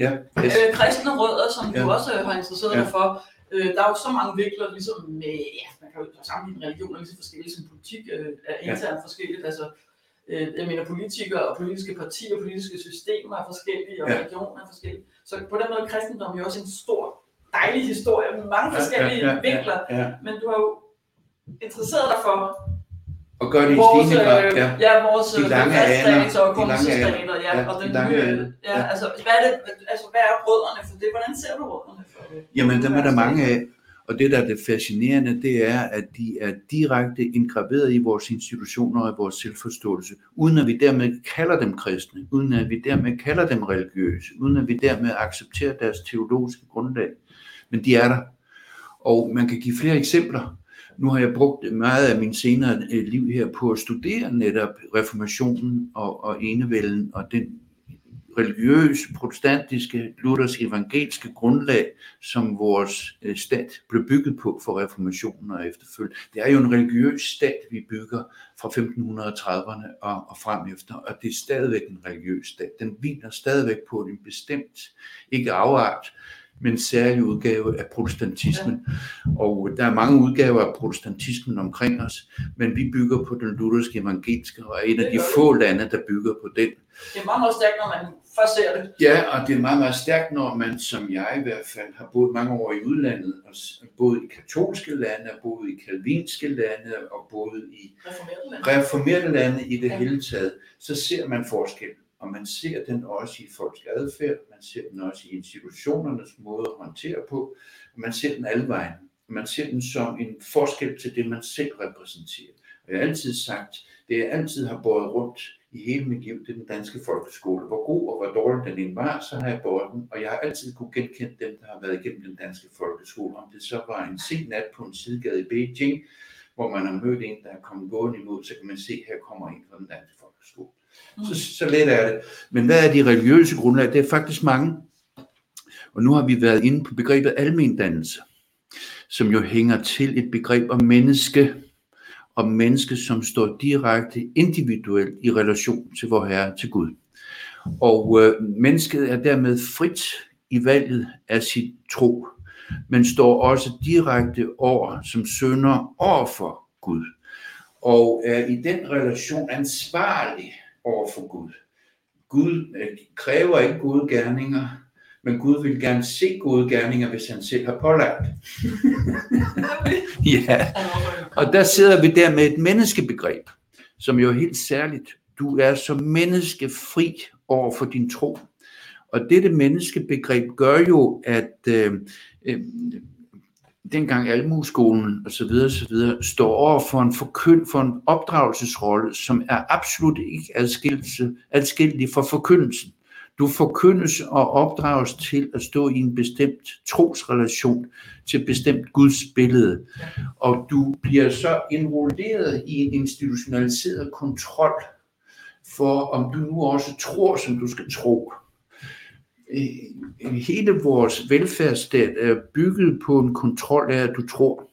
her kristne rødder, som du også har interesseret dig for, der er jo så mange vinkler, ligesom med, man kan jo sammenligne religioner lige så forskellige som politik er internt forskelligt, altså jeg mener politikere og politiske partier og politiske systemer er forskellige, og religioner er forskellige. Så på den måde er kristendom jo også en stor, dejlig historie med mange forskellige vinkler. Men du har jo interesseret dig for og gør det i stigende grad. Vores velfærdsstater og kunststater, og den nye. Altså, hvad er rødderne for det? Hvordan ser du rødderne for det? Jamen, dem er der mange af. Og det, der er det fascinerende, det er, at de er direkte indgraveret i vores institutioner og i vores selvforståelse, uden at vi dermed kalder dem kristne, uden at vi dermed kalder dem religiøse, uden at vi dermed accepterer deres teologiske grundlag. Men de er der. Og man kan give flere eksempler. Nu har jeg brugt meget af min senere liv her på at studere netop reformationen og enevælden og den religiøse, protestantiske, lutherske, evangelske grundlag, som vores stat blev bygget på for reformationen og efterfølgende. Det er jo en religiøs stat, vi bygger fra 1530'erne og frem efter, og det er stadigvæk en religiøs stat. Den hviler stadigvæk på en bestemt, ikke afart, men særlig udgave af protestantismen. Og der er mange udgaver af protestantismen omkring os, men vi bygger på den lutherske evangeliske, og er et af de få lande, der bygger på den. Det er meget, meget stærkt, når man først ser det. Ja, og det er meget, meget stærkt, når man, som jeg i hvert fald, har boet mange år i udlandet, og boet i katolske lande, boet i kalvinske lande, og boet i reformerte lande i det hele taget, så ser man forskel. Og man ser den også i folks adfærd, man ser den også i institutionernes måde at håndtere på, og man ser den alle vejen. Man ser den som en forskel til det, man selv repræsenterer. Og jeg har altid sagt, det jeg altid har båret rundt i hele mit liv, det er den danske folkeskole. Hvor god og hvor dårlig den end var, så har jeg båret den, og jeg har altid kunne genkende dem, der har været igennem den danske folkeskole. Om det så var en sen nat på en sidegade i Beijing, hvor man har mødt en, der er kommet gående imod, så kan man se, her kommer en fra den danske folkeskole. Så let er det. Men hvad er de religiøse grundlag? Det er faktisk mange. Og nu har vi været inde på begrebet almendannelse, som jo hænger til et begreb om menneske, som står direkte individuelt i relation til vor Herre, til Gud. Og mennesket er dermed frit i valget af sit tro, men står også direkte over som synder over for Gud. Og er i den relation ansvarlig over for Gud. Gud kræver ikke gode gerninger, men Gud vil gerne se gode gerninger, hvis han selv har pålagt. Ja, og der sidder vi der med et menneskebegreb, som jo er helt særligt. Du er som menneske fri over for din tro. Og dette menneskebegreb gør jo, at dengang almueskolen og så videre står over for en opdragelsesrolle, som er absolut ikke adskillelig fra forkyndelsen. Du forkyndes og opdrages til at stå i en bestemt trosrelation til et bestemt Guds billede. Og du bliver så involveret i en institutionaliseret kontrol for, om du nu også tror, som du skal tro. Hele vores velfærdsstat er bygget på en kontrol af, at du tror.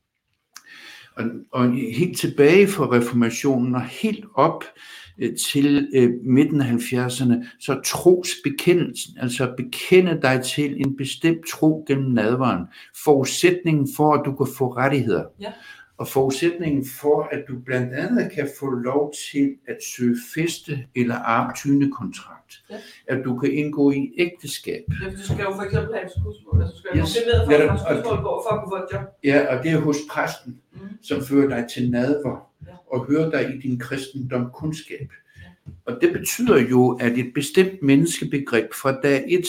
Og helt tilbage fra reformationen og helt op til midten af 70'erne, så trosbekendelsen, altså at bekende dig til en bestemt tro gennem nadveren, forudsætningen for, at du kan få rettigheder. Ja. Og forudsætningen for, at du blandt andet kan få lov til at søge fæste eller arvtynekontrakt. Ja. At du kan indgå i ægteskab. Ja, du skal jo for eksempel have et skudsmål. Altså, du skal have et skudsmål for at kunne få et job. Ja, og det er hos præsten, som fører dig til nadver og hører dig i din kristendom kundskab. Og det betyder jo, at et bestemt menneskebegreb fra dag 1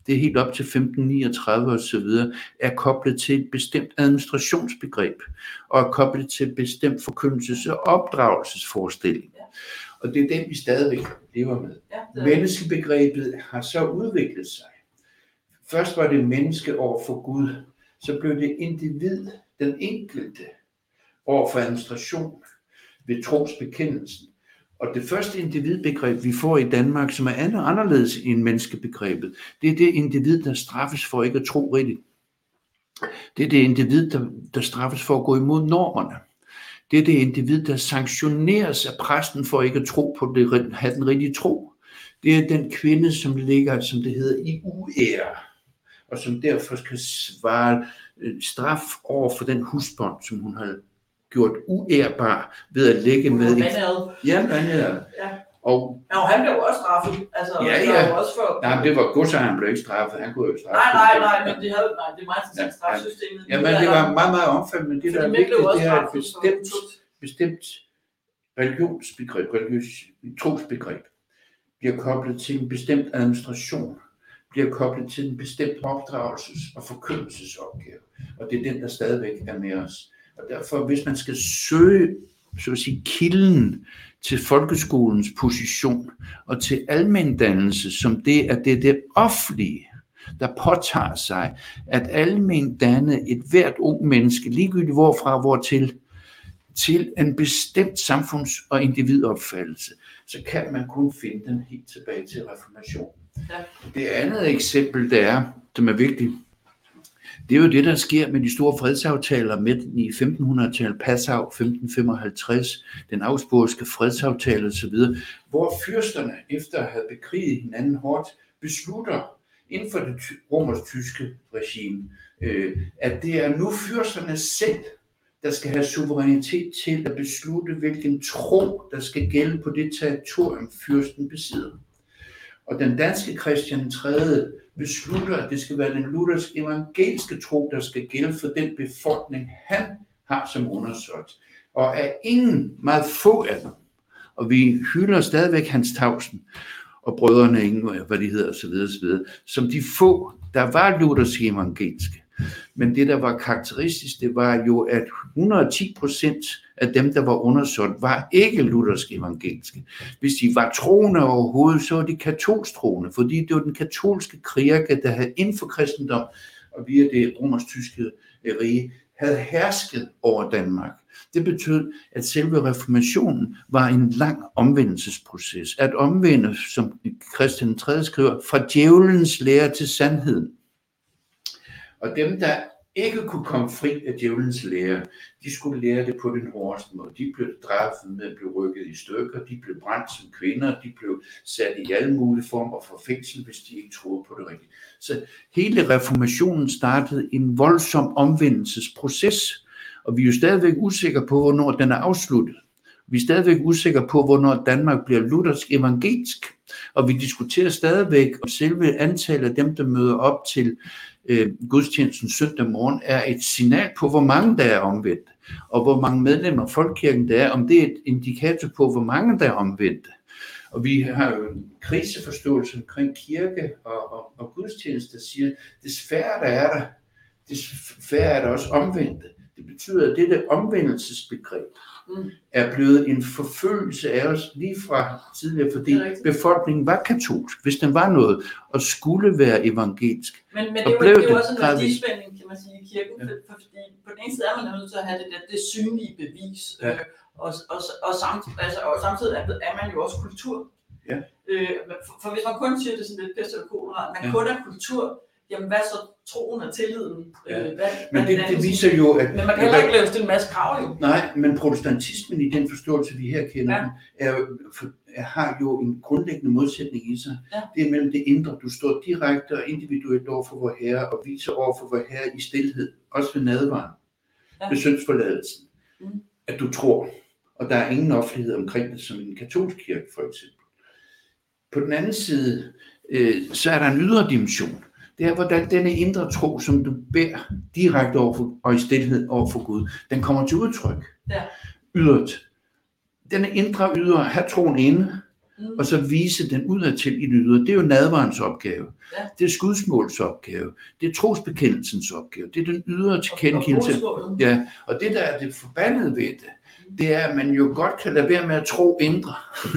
det er helt op til 1539 osv., er koblet til et bestemt administrationsbegreb, og er koblet til et bestemt forkyndelses- og opdragelsesforestilling. Og det er den, vi stadigvæk lever med. Menneskebegrebet har så udviklet sig. Først var det menneske over for Gud, så blev det individ, den enkelte, over for administration ved trosbekendelsen. Og det første individbegreb, vi får i Danmark, som er anderledes end menneskebegrebet, det er det individ, der straffes for ikke at tro rigtigt. Det er det individ, der straffes for at gå imod normerne. Det er det individ, der sanktioneres af præsten for ikke at tro på det, have den rigtige tro. Det er den kvinde, som ligger, som det hedder, i uære, og som derfor skal svare straf over for den husbånd, som hun har gjort uærbar ved at lægge med. Vandæret. Og han blev også straffet. Altså, også for... Nej, det var godsejeren blev ikke straffet. Han kunne jo straffet. Nej, men det er meget til straffesystemet. Ja, men det var meget, meget omfattende. Det der er vigtigt, det er et bestemt religionsbegreb, trosbegreb, bliver koblet til en bestemt administration, bliver koblet til en bestemt opdragelses- og forkyndelsesopgave. Og det er den, der stadigvæk er med os. Og derfor, hvis man skal søge, så at sige, kilden til folkeskolens position og til almendannelse, som det er det offentlige, der påtager sig at almendanne et hvert ung menneske, ligegyldigt hvorfra, hvortil, til en bestemt samfunds- og individopfattelse, så kan man kun finde den helt tilbage til reformationen. Det andet eksempel, der er, som er vigtigt, det er jo det, der sker med de store fredsaftaler midt i 1500-tallet, Passau 1555, den augsburgske fredsaftale osv., hvor fyrsterne, efter at have bekriget hinanden hårdt, beslutter inden for det romersk-tyske regime, at det er nu fyrsterne selv, der skal have suverænitet til at beslutte, hvilken tro, der skal gælde på det territorium, fyrsten besidder. Og den danske Christian 3. beslutter, at det skal være den luthersk evangeliske tro, der skal gælde for den befolkning, han har som undersåt. Og af ingen, meget få af dem, og vi hylder stadigvæk Hans Tausen, og brødrene Ingvar, hvad de hedder, osv., som de få, der var luthersk evangeliske. Men det, der var karakteristisk, det var jo, at 110% af dem, der var undersåt, var ikke luthersk evangeliske. Hvis de var troende overhovedet, så var de katolsk troende, fordi det var den katolske kirke, der havde inden for kristendom og via det romersk-tyske rige, havde hersket over Danmark. Det betød, at selve reformationen var en lang omvendelsesproces. At omvende, som Christian 3. skriver, fra djævelens lære til sandheden. Og dem, der ikke kunne komme fri af djævelens lære, de skulle lære det på den hårdeste måde. De blev straffet med at blive rykket i stykker, de blev brændt som kvinder, de blev sat i alle mulige former for fængsel, hvis de ikke troede på det rigtige. Så hele reformationen startede en voldsom omvendelsesproces, og vi er jo stadigvæk usikre på, hvornår den er afsluttet. Vi er stadigvæk usikre på, hvornår Danmark bliver luthersk evangelisk, og vi diskuterer stadigvæk om selve antallet af dem, der møder op til gudstjenesten søndag morgen, er et signal på, hvor mange der er omvendt, og hvor mange medlemmer af folkekirken der er, om det er et indikator på, hvor mange der er omvendt. Og vi har jo en kriseforståelse omkring kirke og gudstjeneste, der siger, des færre der er der, des færre er der også omvendte. Det betyder, at det omvendelsesbegreb er blevet en forfølgelse af os lige fra tidligere, fordi befolkningen var katolsk, hvis den var noget, og skulle være evangelisk. Men det er jo også en værdispænding, kan man sige, i kirken, fordi på den ene side er man nødt til at have det synlige bevis, og samtidig er man jo også kultur. Ja. For hvis man kun siger det sådan lidt pest eller kolera, man kun er kultur, jamen hvad så troen og tilliden? Men det viser jo, at... Men man kan heller ikke lave en masse krav jo. Nej, men protestantismen i den forståelse, vi her kender, har jo en grundlæggende modsætning i sig. Ja. Det er mellem det indre. Du står direkte og individuelt over for vor Herre, og viser over for vor Herre i stilhed, også ved nadveren, ved syndsforladelsen, at du tror. Og der er ingen offentlighed omkring det, som i en katolsk kirke for eksempel. På den anden side, så er der en ydre dimension. Det er, hvordan denne indre tro, som du bærer direkte overfor, og i stilhed over for Gud, den kommer til udtryk. Ja. Ydret. Denne indre ydre, have troen inde, og så vise den udadtil i det ydre. Det er jo nadverens opgave. Ja. Det er skudsmåls opgave. Det er trosbekendelsens opgave. Det er den ydre tilkendegivelse. Ja, og det der er det forbandede ved det er, at man jo godt kan lade være med at tro indre,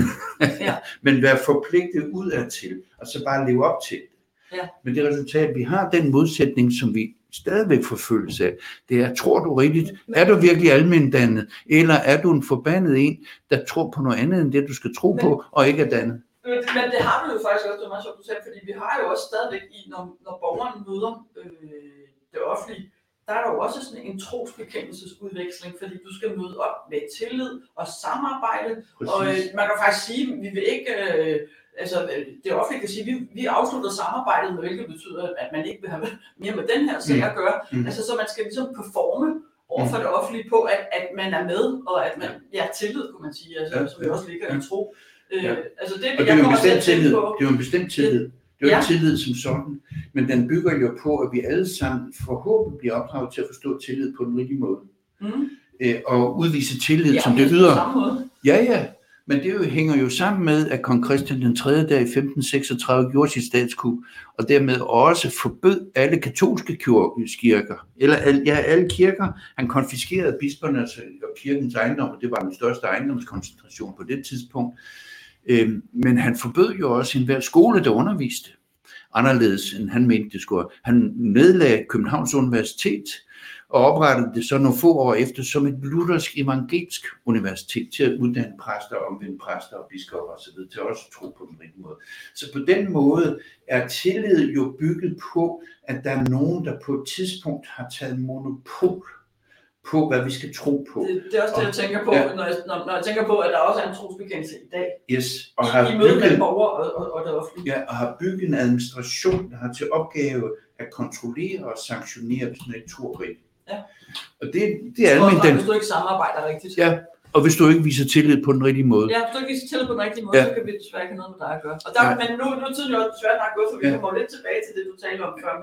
men være forpligtet udadtil, og så bare leve op til det. Ja. Men det resultat, vi har den modsætning, som vi stadigvæk forfølges af, det er, tror du rigtigt, er du virkelig almendannet, eller er du en forbandet en, der tror på noget andet, end det du skal tro på, og ikke er dannet? Men det har du jo faktisk også, det er meget sjovt, du sagde, fordi vi har jo også stadigvæk, når borgeren møder det offentlige, der er der jo også sådan en trosbekendelsesudveksling, fordi du skal møde op med tillid og samarbejde. Præcis. Og man kan faktisk sige, at vi vil ikke, det offentlige kan sige, at vi afslutter samarbejdet, hvilket betyder, at man ikke vil have mere med den her sag at gøre. Altså, så man skal ligesom performe over for det offentlige på, at man er med, og at man tillid, kunne man sige, altså, som jo også ligger i tro. Altså, det er jo en bestemt tillid. Det er jo en bestemt tillid. Det er jo ikke tillid som sådan, men den bygger jo på, at vi alle sammen forhåbentlig bliver opdraget til at forstå tillid på den rigtige måde. Og udvise tillid som det ydre. Ja, men det jo hænger jo sammen med, at kong Christian den 3. der i 1536 gjorde sit statskup, og dermed også forbød alle katolske kirker, eller alle kirker. Han konfiskerede bispernes og kirkens ejendom, og det var den største ejendomskoncentration på det tidspunkt. Men han forbød jo også enhver skole, der underviste anderledes, end han mente det skulle. Han nedlagde Københavns Universitet og oprettede det så nogle få år efter som et luthersk evangelisk universitet til at uddanne præster, omvende præster og biskopper osv. til også at tro på den rigtige måde. Så på den måde er tillid jo bygget på, at der er nogen, der på et tidspunkt har taget monopol på, hvad vi skal tro på. Det er også det, jeg tænker på, når jeg tænker på, at der også er en trosbekendelse i dag. Yes, og i møde med borgere og det offentlige. Ja, og har bygget en administration, der har til opgave at kontrollere og sanktionere, hvis man ikke tror rigtigt. Ja. Og det er almindeligt. Hvis du ikke samarbejder rigtigt. Ja, og hvis du ikke viser tillid på den rigtige måde. Ja, hvis du ikke viser tillid på den rigtige måde, så kan vi desværre ikke have noget med dig at gøre. Og der, men nu er tiden jo desværre nok gået, for vi kommer lidt tilbage til det, du talte om før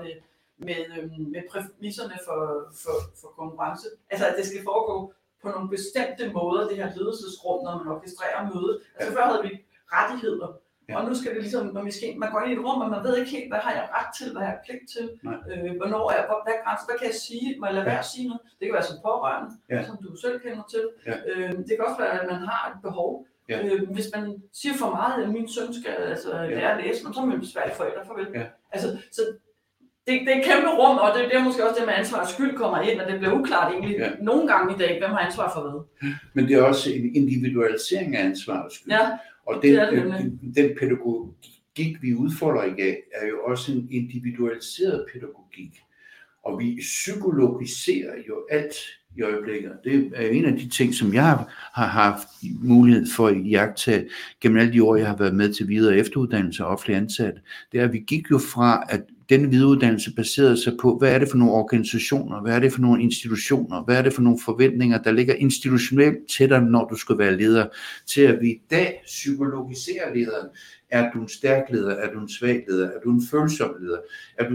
med præmisserne for konkurrence. Altså, at det skal foregå på nogle bestemte måder, det her ledelsesrum, når man orkestrerer mødet. Altså, før havde vi rettigheder. Ja. Og nu skal det ligesom, når man går ind i et rum, og man ved ikke helt, hvad har jeg ret til, hvad har jeg pligt til, hvornår er hvad grænser, hvad kan jeg sige, må jeg lade være at sige noget. Det kan være som pårørende, som du selv kender til. Ja. Det kan også være, at man har et behov. Ja. Hvis man siger for meget, at min søn skal lære at læse, så er man besværlig forældre, farvel. Ja. Altså, så det er et kæmpe rum, og det er måske også det med ansvar og skyld kommer ind, og det bliver uklart egentlig nogle gange i dag, hvem har ansvar for hvad. Men det er også en individualisering af ansvar og skyld. Ja. Og den pædagogik, vi udfolder i dag, er jo også en individualiseret pædagogik. Og vi psykologiserer jo alt i øjeblikket. Det er en af de ting, som jeg har haft mulighed for at iagttage gennem alle de år, jeg har været med til videre efteruddannelse og offentlig ansatte. Det er, at vi gik jo fra, at denne videreuddannelse baserede sig på, hvad er det for nogle organisationer, hvad er det for nogle institutioner, hvad er det for nogle forventninger, der ligger institutionelt til dig, når du skal være leder, til at vi i dag psykologiserer lederen. Er du en stærk leder? Er du en svag leder? Er du en følsom leder? Er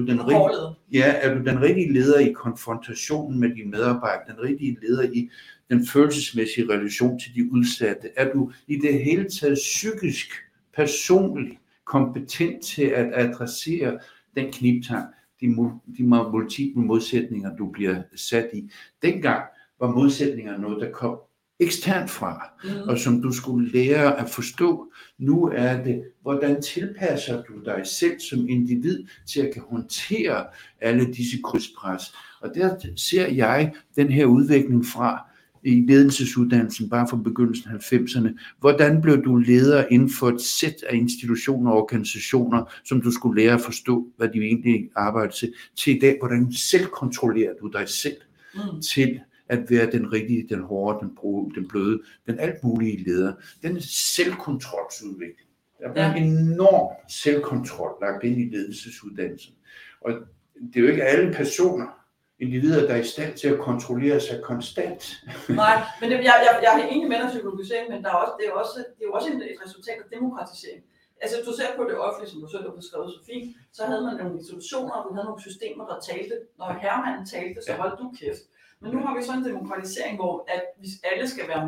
du den rigtige leder i konfrontationen med dine medarbejdere? Den rigtige leder i den følelsesmæssige relation til de udsatte? Er du i det hele taget psykisk, personligt kompetent til at adressere den knibtang, de multiple modsætninger, du bliver sat i? Dengang var modsætninger noget, der kom eksternt fra, og som du skulle lære at forstå. Nu er det, hvordan tilpasser du dig selv som individ til at kan håndtere alle disse krydspres. Og der ser jeg den her udvikling fra i ledelsesuddannelsen, bare fra begyndelsen af 90'erne. Hvordan blev du leder inden for et sæt af institutioner og organisationer, som du skulle lære at forstå, hvad de egentlig arbejder til i dag? Hvordan selvkontrollerer du dig selv til at være den rigtige, den hårde, den bløde, den alt mulige leder? Den er selvkontrolsudvikling. Der er en enorm selvkontrol lagt ind i ledelsesuddannelsen. Og det er jo ikke alle personer, individer, der er i stand til at kontrollere sig konstant. Nej, men jeg er enig med dig psykologisering, men det er jo også et resultat af demokratisering. Altså, du ser på det offentlige, som du selv har beskrevet så fint, så havde man nogle institutioner, og du havde nogle systemer, der talte. Når herremanden talte, så holdt du kæft. Men nu har vi sådan en demokratisering, hvor at hvis alle skal være med.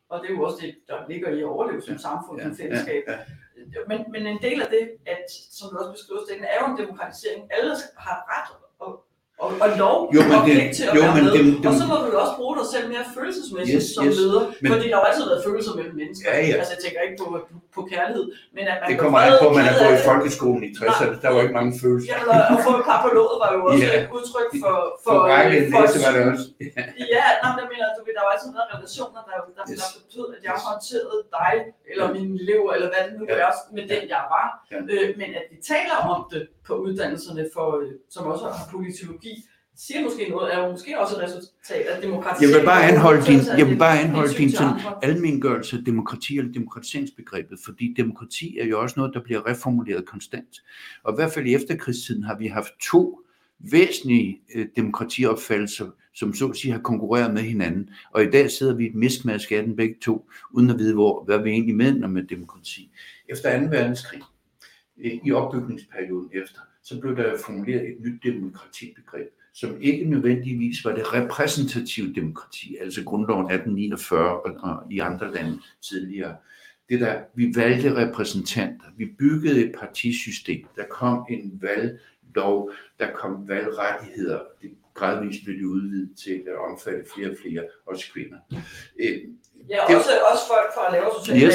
og det er jo også det, der ligger i at overleve som samfund, som fællesskab. Men en del af det, at, som du også beskriver, det er jo en demokratisering. Alle har ret og lov og pligt til at være med. Og så må du også bruge dig selv mere følelsesmæssigt som leder. Fordi der har altid været følelser mellem mennesker. Altså jeg tænker ikke på kærlighed. Men at man det kommer an på, at man er gået i folkeskolen i 60'erne. Der var ikke mange følelser. Ja, og få et par på låget var jo også et udtryk for var det også. Ja, jeg mener, der var altid været relationer, der betød, at jeg håndterede dig, eller mine elever, eller hvad det nu er, med den jeg var. Men at vi taler om det på uddannelserne, som også har politologi, siger måske noget, er jo måske også et resultat af demokratisering. Jeg vil bare anholde din almengørelse af demokrati eller demokratiseringsbegrebet, fordi demokrati er jo også noget, der bliver reformuleret konstant. Og i hvert fald i efterkrigstiden har vi haft to væsentlige demokratiopfattelser, som så at sige har konkurreret med hinanden. Og i dag sidder vi et miskmask af den begge to, uden at vide, hvad vi egentlig mener med demokrati. Efter 2. verdenskrig, i opbygningsperioden efter, så blev der formuleret et nyt demokratibegreb, som ikke nødvendigvis var det repræsentative demokrati, altså grundloven 1849 og i andre lande tidligere. Det der, vi valgte repræsentanter, vi byggede et partisystem, der kom en valglov, der kom valgrettigheder, det gradvist blev det udvidet til at omfatte flere og flere, også kvinder. Ja, også folk for at lave sociale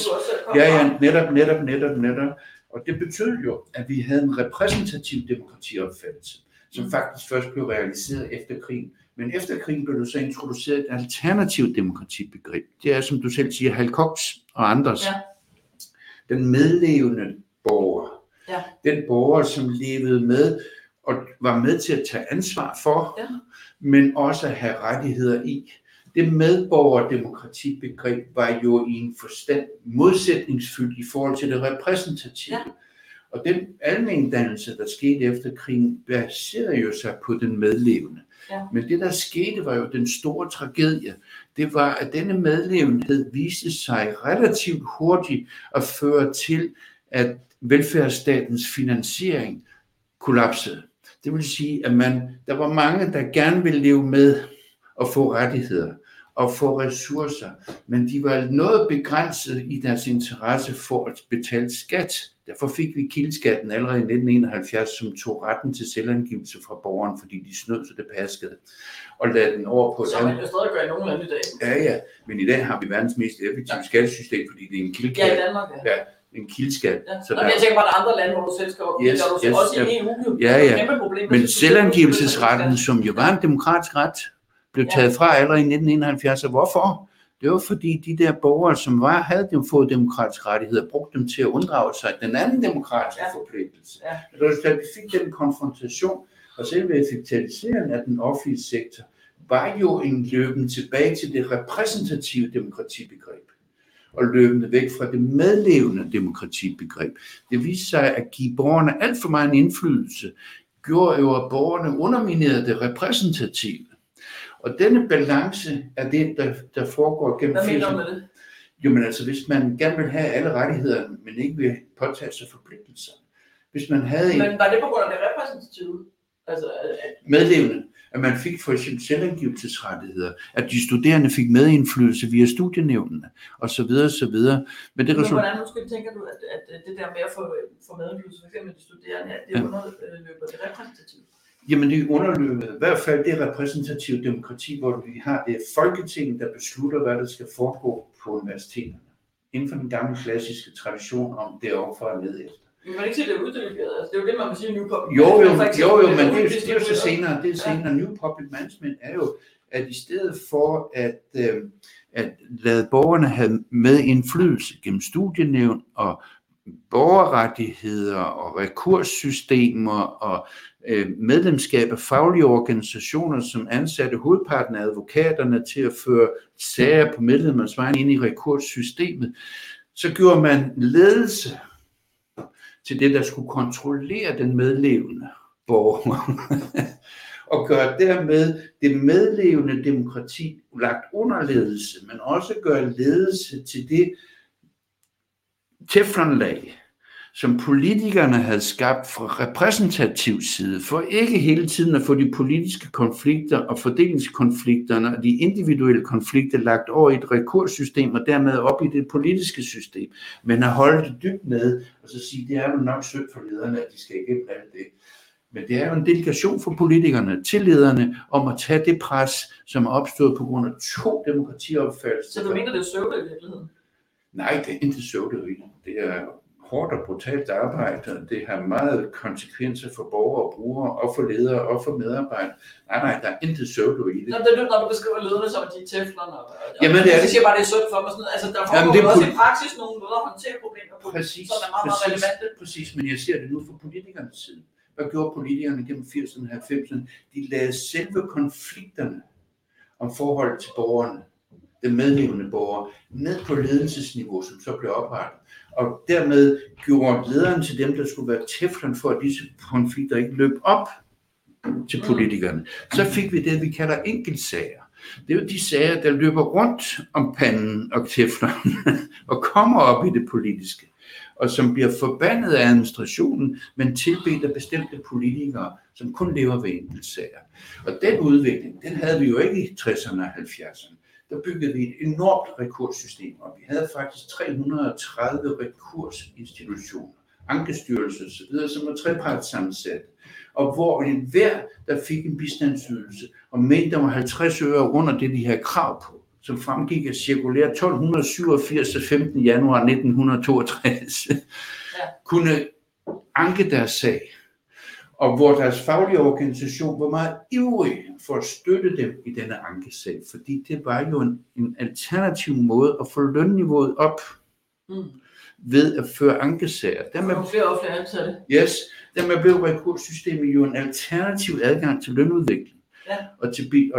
netop. Og det betød jo, at vi havde en repræsentativ demokratiopfattelse, som faktisk først blev realiseret efter krigen. Men efter krigen blev der så introduceret et alternativt demokratibegreb. Det er, som du selv siger, Hal Koch og andres. Ja. Den medlevende borger. Ja. Den borger, som levede med og var med til at tage ansvar for, men også at have rettigheder i. Det medborgerdemokratibegreb var jo i en forstand modsætningsfyldt i forhold til det repræsentative. Ja. Og den almendannelse, der skete efter krigen, baserede jo sig på den medlevende. Ja. Men det, der skete, var jo den store tragedie. Det var, at denne medlevenhed viste sig relativt hurtigt at føre til, at velfærdsstatens finansiering kollapsede. Det vil sige, at der var mange, der gerne ville leve med at få rettigheder og få ressourcer, men de var noget begrænset i deres interesse for at betale skat. Derfor fik vi kildeskatten allerede i 1971, som tog retten til selvangivelse fra borgeren, fordi de snød, så det passede, og lagde den over på... Så man jo stadig gør i nogle lande i dag. Ja, men i dag har vi verdens mest effektive skattesystem, fordi det er en kildeskat. Ja, i Danmark, en kildeskat. Ja. Så jeg tænker bare, der er andre lande, hvor du selv skal op. Også i EU. Ja. Problem, men selvangivelsesretten, som jo var en demokratisk ret, blev taget fra allerede i 1971. Og hvorfor? Det var fordi de der borgere, som havde fået demokratiske rettigheder, brugte dem til at unddrage sig den anden demokratiske forpligtelse. Ja. Så vi fik den konfrontation, og selve effektiviseringen af den offentlige sektor var jo en løben tilbage til det repræsentative demokratibegreb, og løbende væk fra det medlevende demokratibegreb. Det viste sig at give borgerne alt for meget indflydelse, gjorde jo, at borgerne underminerede det repræsentative. Og denne balance er det, der foregår gennem... Hvad mener du med det? Jo, men altså, hvis man gerne vil have alle rettigheder, men ikke vil påtage sig forpligtelser. Hvis man havde... Men var det på grund af det repræsentative? Altså, medlevende. At man fik for eksempel selvangivelsesrettigheder, at de studerende fik medindflydelse via studienævnene, og så videre, så videre. Men hvordan tænker du, at det der med at få medindflydelse, for eksempel de studerende, at det underløber det repræsentative? Jamen det er underløbet. I hvert fald det repræsentative demokrati, hvor vi har det Folketinget, der beslutter, hvad der skal foregå på universiteterne. Inden for den gamle klassiske tradition om det overfor og ned efter. Men man kan ikke sige, det er uddelegeret. Altså, det er jo det, man kan sige New Public Management. Jo, men det er jo så senere. Det er senere. New Public Management er jo, at i stedet for at lade borgerne have medindflydelse gennem studienævn og borgerrettigheder og rekurssystemer og medlemskab af faglige organisationer, som ansatte hovedparten af advokaterne til at føre sager på medlemmernes vegne ind i rekurssystemet, så gjorde man ledelse til det, der skulle kontrollere den medlevende borger, og gøre dermed det medlevende demokrati lagt under ledelse, men også gøre ledelse til det teflonlag, som politikerne havde skabt fra repræsentativ side, for ikke hele tiden at få de politiske konflikter og fordelingskonflikterne og de individuelle konflikter lagt over i et rekurssystem og dermed op i det politiske system, men at holde det dybt nede og så sige, det er jo nok synd for lederne, at de skal igennem alt det. Men det er jo en delegation for politikerne til lederne om at tage det pres, som er opstået på grund af 2 demokratiopfattelser. Så du mener, det er søvde i virkeligheden? Nej, det er ikke søvde. Det er hårdt og brutalt arbejde. Det har meget konsekvenser for borgere og brugere, og for ledere og for medarbejdere. Nej, der er intet søvde i det. Når du beskriver lederne som de teflerne, jamen, det er det. Jeg siger bare, det er synd for mig. Altså, der foregår også i praksis nogle måder at håndtere problemer på, som er meget relevante. Præcis, men jeg ser det nu fra politikernes side. Hvad gjorde politikerne gennem 80'erne og 90'erne? De lagde selve konflikterne om forholdet til borgerne, den medlevende borgere, ned på ledelsesniveau, som så blev oprettet. Og dermed gjorde lederen til dem, der skulle være teflon for, at disse konflikter ikke løb op til politikerne. Så fik vi det, vi kalder enkeltsager. Det er jo de sager, der løber rundt om panden og teflon og kommer op i det politiske, og som bliver forbandet af administrationen, men tilbedt af bestemte politikere, som kun lever ved enkeltsager. Og den udvikling, den havde vi jo ikke i 60'erne og 70'erne. Der byggede vi et enormt rekurssystem, og vi havde faktisk 330 rekursinstitutioner, ankestyrelser osv., som var trepartssammensat, og hvor enhver, der fik en bistandsydelse, og mente, der var 50 øre under det, de havde krav på, som fremgik af cirkulær 1287 af 15. januar 1962, kunne anke deres sag. Og hvor deres faglige organisation var meget ivrig for at støtte dem i denne ankesag, fordi det var jo en alternativ måde at få lønniveauet op ved at føre ankesager. Dermed blev rekursystemet jo en alternativ adgang til lønudvikling. Ja. Og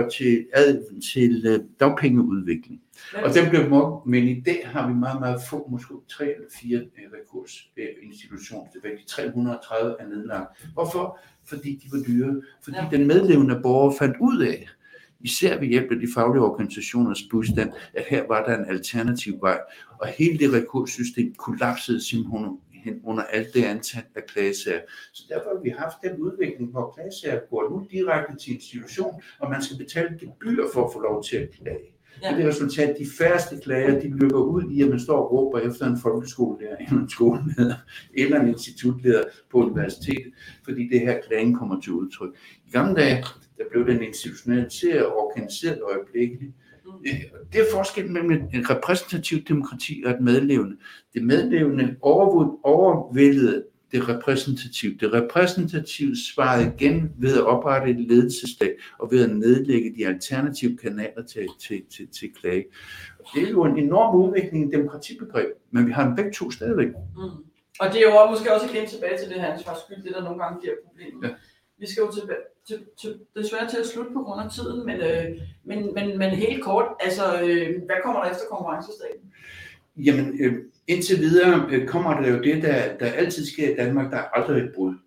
til dagpengeudvikling. Og den blev men i dag har vi meget, meget få, måske 3 eller 4 rekursinstitutioner. Det er de 330 er nedlagt. Hvorfor? Fordi de var dyre. Fordi den medlevende borger fandt ud af, især ved hjælp af de faglige organisationers bistand, at her var der en alternativ vej. Og hele det rekurssystem kollapsede simpelthen under alt det antal af klagesager. Så derfor har vi haft den udvikling, hvor klagesager går nu direkte til institution, og man skal betale gebyr for at få lov til at klage. Ja. Det er resultat, at de færreste klager, de løber ud i, at man står og råber efter en folkeskolelærer, eller en skoleleder, eller en institutleder på universitetet, fordi det her klagen kommer til udtryk. I gamle dage, der blev den institutionaliseret og organiseret øjeblikkeligt. Det er forskellen mellem et repræsentativt demokrati og et medlevende. Det medlevende overvældede det repræsentativt. Det repræsentativt svarede igen ved at oprette et ledelsesdag og ved at nedlægge de alternative kanaler til klage. Det er jo en enorm udvikling i demokratibegreb, men vi har dem begge to stadigvæk. Og det er jo måske også igen tilbage til det her ansvarsskyld, det der nogle gange giver problemer. Ja. Vi skal jo desværre til at slutte på grund af tiden, men helt kort, altså hvad kommer der efter konkurrencestaten? Jamen, indtil videre kommer der jo det, der altid sker i Danmark, der er aldrig et brud.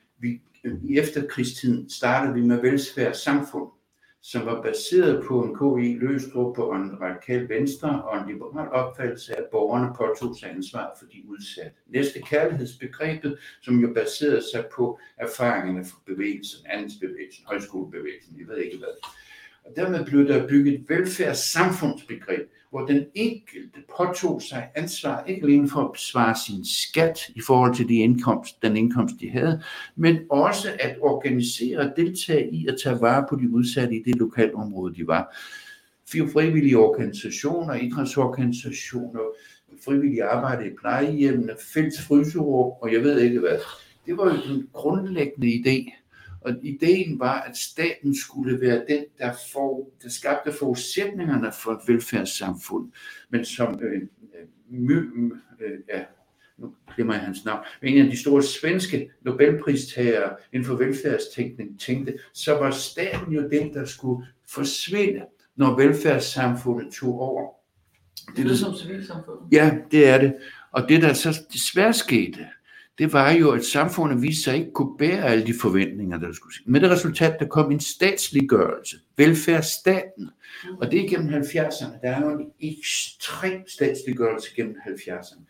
I efterkrigstiden startede vi med velfærdssamfund, som var baseret på en KI Løgstrup og en radikal venstre og en liberal opfattelse af, at borgerne påtog sig ansvar for de udsatte. Næste kærlighedsbegrebet, som jo baserede sig på erfaringerne fra bevægelsen, andelsbevægelsen, højskolebevægelsen, jeg ved ikke hvad. Og dermed blev der bygget et velfærdssamfundsbegreb, hvor den enkelte påtog sig ansvar, ikke alene for at besvare sin skat i forhold til den indkomst, de havde, men også at organisere og deltage i at tage vare på de udsatte i det lokalområde, de var. Frivillige organisationer, idrætsorganisationer, frivillige arbejde i plejehjemmene, fælles fryserum, og jeg ved ikke hvad. Det var jo en grundlæggende idé. Og ideen var, at staten skulle være den, der skabte forudsætningerne for et velfærdssamfund. Men som nu glemmer jeg hans navn, men en af de store svenske Nobelpristagere inden for velfærdstænkning tænkte, så var staten jo den, der skulle forsvinde, når velfærdssamfundet tog over. Det er som civilsamfundet. Ja, det er det. Og det, der så desværre skete, det var jo, at samfundet viste sig ikke kunne bære alle de forventninger, der skulle ske. Med det resultat, der kom en statsliggørelse, velfærdsstaten. Og det er gennem 70'erne. Der er jo en ekstrem statsliggørelse gennem 70'erne.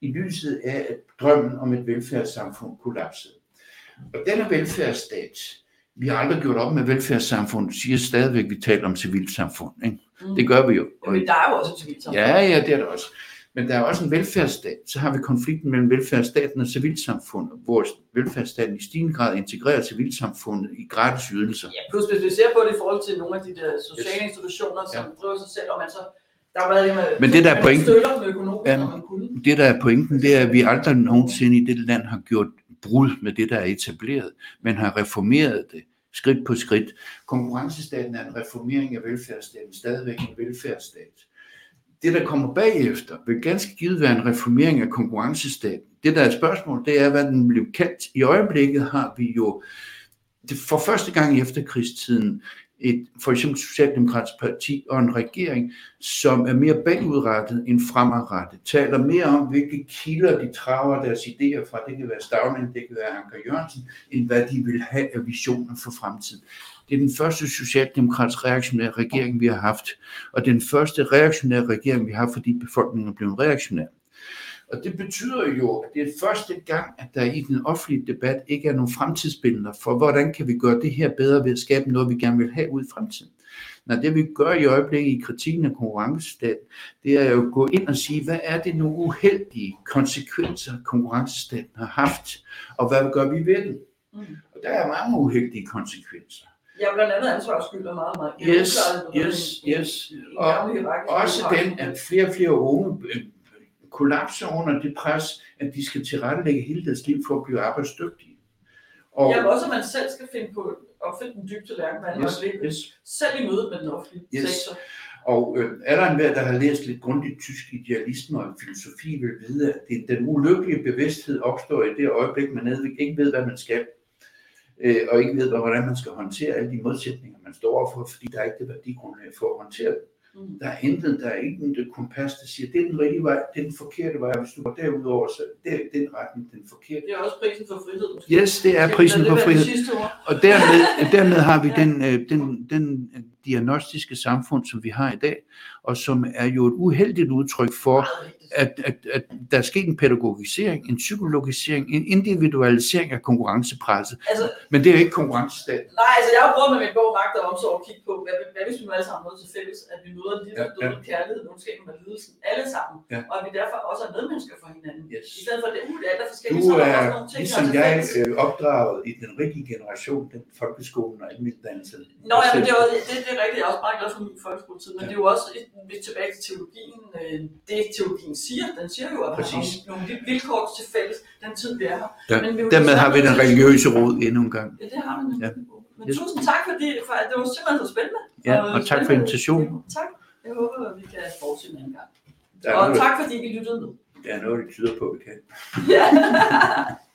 i lyset af, at drømmen om et velfærdssamfund kollapsede. Og denne velfærdsstat, vi har aldrig gjort op med velfærdssamfund, siger stadigvæk, at vi taler om civilsamfund. Ikke? Det gør vi jo. Men der er jo også et civilsamfund. Ja, det er der også. Men der er også en velfærdsstat. Så har vi konflikten mellem velfærdsstaten og civilsamfundet, hvor velfærdsstaten i stigende grad integrerer civilsamfundet i gratis ydelser. Ja, plus hvis vi ser på det i forhold til nogle af de der sociale institutioner, som driver sig selv, og man så der har været det med, men det der er pointen, med økonomisk, når man kunne. Det der er pointen, det er, at vi aldrig nogensinde i dette land har gjort brud med det, der er etableret, men har reformeret det skridt på skridt. Konkurrencestaten er en reformering af velfærdsstaten, stadigvæk en velfærdsstat. Det, der kommer bagefter, vil ganske givet være en reformering af konkurrencestaten. Det, der er et spørgsmål, det er, hvad den blev kaldt. I øjeblikket har vi jo for første gang i efterkrigstiden for eksempel Socialdemokratisk Parti og en regering, som er mere bagudrettet end fremadrettet, taler mere om, hvilke kilder de trager deres idéer fra. Det kan være Stauning, det kan være Anker Jørgensen, end hvad de vil have af visioner for fremtiden. Det er den første socialdemokratisk reaktionære regering, vi har haft, og den første reaktionære regering, vi har, fordi befolkningen er blevet reaktionær. Og det betyder jo, at det er første gang, at der i den offentlige debat ikke er nogen fremtidsbilleder for, hvordan kan vi gøre det her bedre ved at skabe noget, vi gerne vil have ud i fremtiden. Når det vi gør i øjeblikket i kritikken af konkurrencestaten, det er jo at gå ind og sige, hvad er det nogle uheldige konsekvenser, konkurrencestaten har haft, og hvad gør vi ved det? Og der er mange uheldige konsekvenser. Ja, blandt andet ansvarskyld er meget. Yes. Og også den, at flere og flere unge kollapser under det pres, at de skal tilrettelægge hele deres liv for at blive arbejdsdygtige. Og også at man selv skal finde på opfinde den dybe tallerken, selv i mødet med den offentlige sektor. Og er der enhver, der har læst lidt grundigt tysk idealisme og filosofi, vil vide, at den ulykkelige bevidsthed opstår i det øjeblik, man ikke ved, hvad man skal, og ikke ved, hvordan man skal håndtere alle de modsætninger, man står overfor, fordi der er ikke det værdigrundlag for at håndtere det. Der er ikke et kompas, der siger, det er den rigtige vej, det er den forkerte vej, hvis du går derudover, så det er den retning, den forkerte. Det er også prisen for frihed. Yes, det er prisen for frihed. Og dermed har vi den diagnostiske samfund, som vi har i dag, og som er jo et uheldigt udtryk for, at der er sket en pædagogisering, en psykologisering, en individualisering af konkurrencepresset. Men det er jo ikke konkurrencestat. Nej, jeg har prøvet med min bog Magt og Omsorg at kigge på, hvad hvis vi nu alle sammen noget til fælles, at vi møder livet, døden, kærlighed, ondskaben og lidelsen, alle sammen, og at vi derfor også er medmennesker for hinanden. I stedet for det alle forskellige, så er der også nogle ting, ligesom jeg opdraget i den rigtige generation, den folkeskolen og almindannelsen. Nå ja, men det er rigtigt, jeg er også meget glad for min folkeskoletid, men det er jo også, hvis tilbage til teologien, det teologien siger, den siger jo, at der er nogle vilkår til fælles, den tid vi er her. Men dermed har vi den religiøse rod endnu en gang. Ja, det har vi. Men tusind tak, for det var simpelthen så spændende. Ja, og tak for invitationen. Tak. Jeg håber, at vi kan fortsætte en gang. Og tak, fordi vi lyttede med. Der er noget, der tyder på, at vi kan. Ja.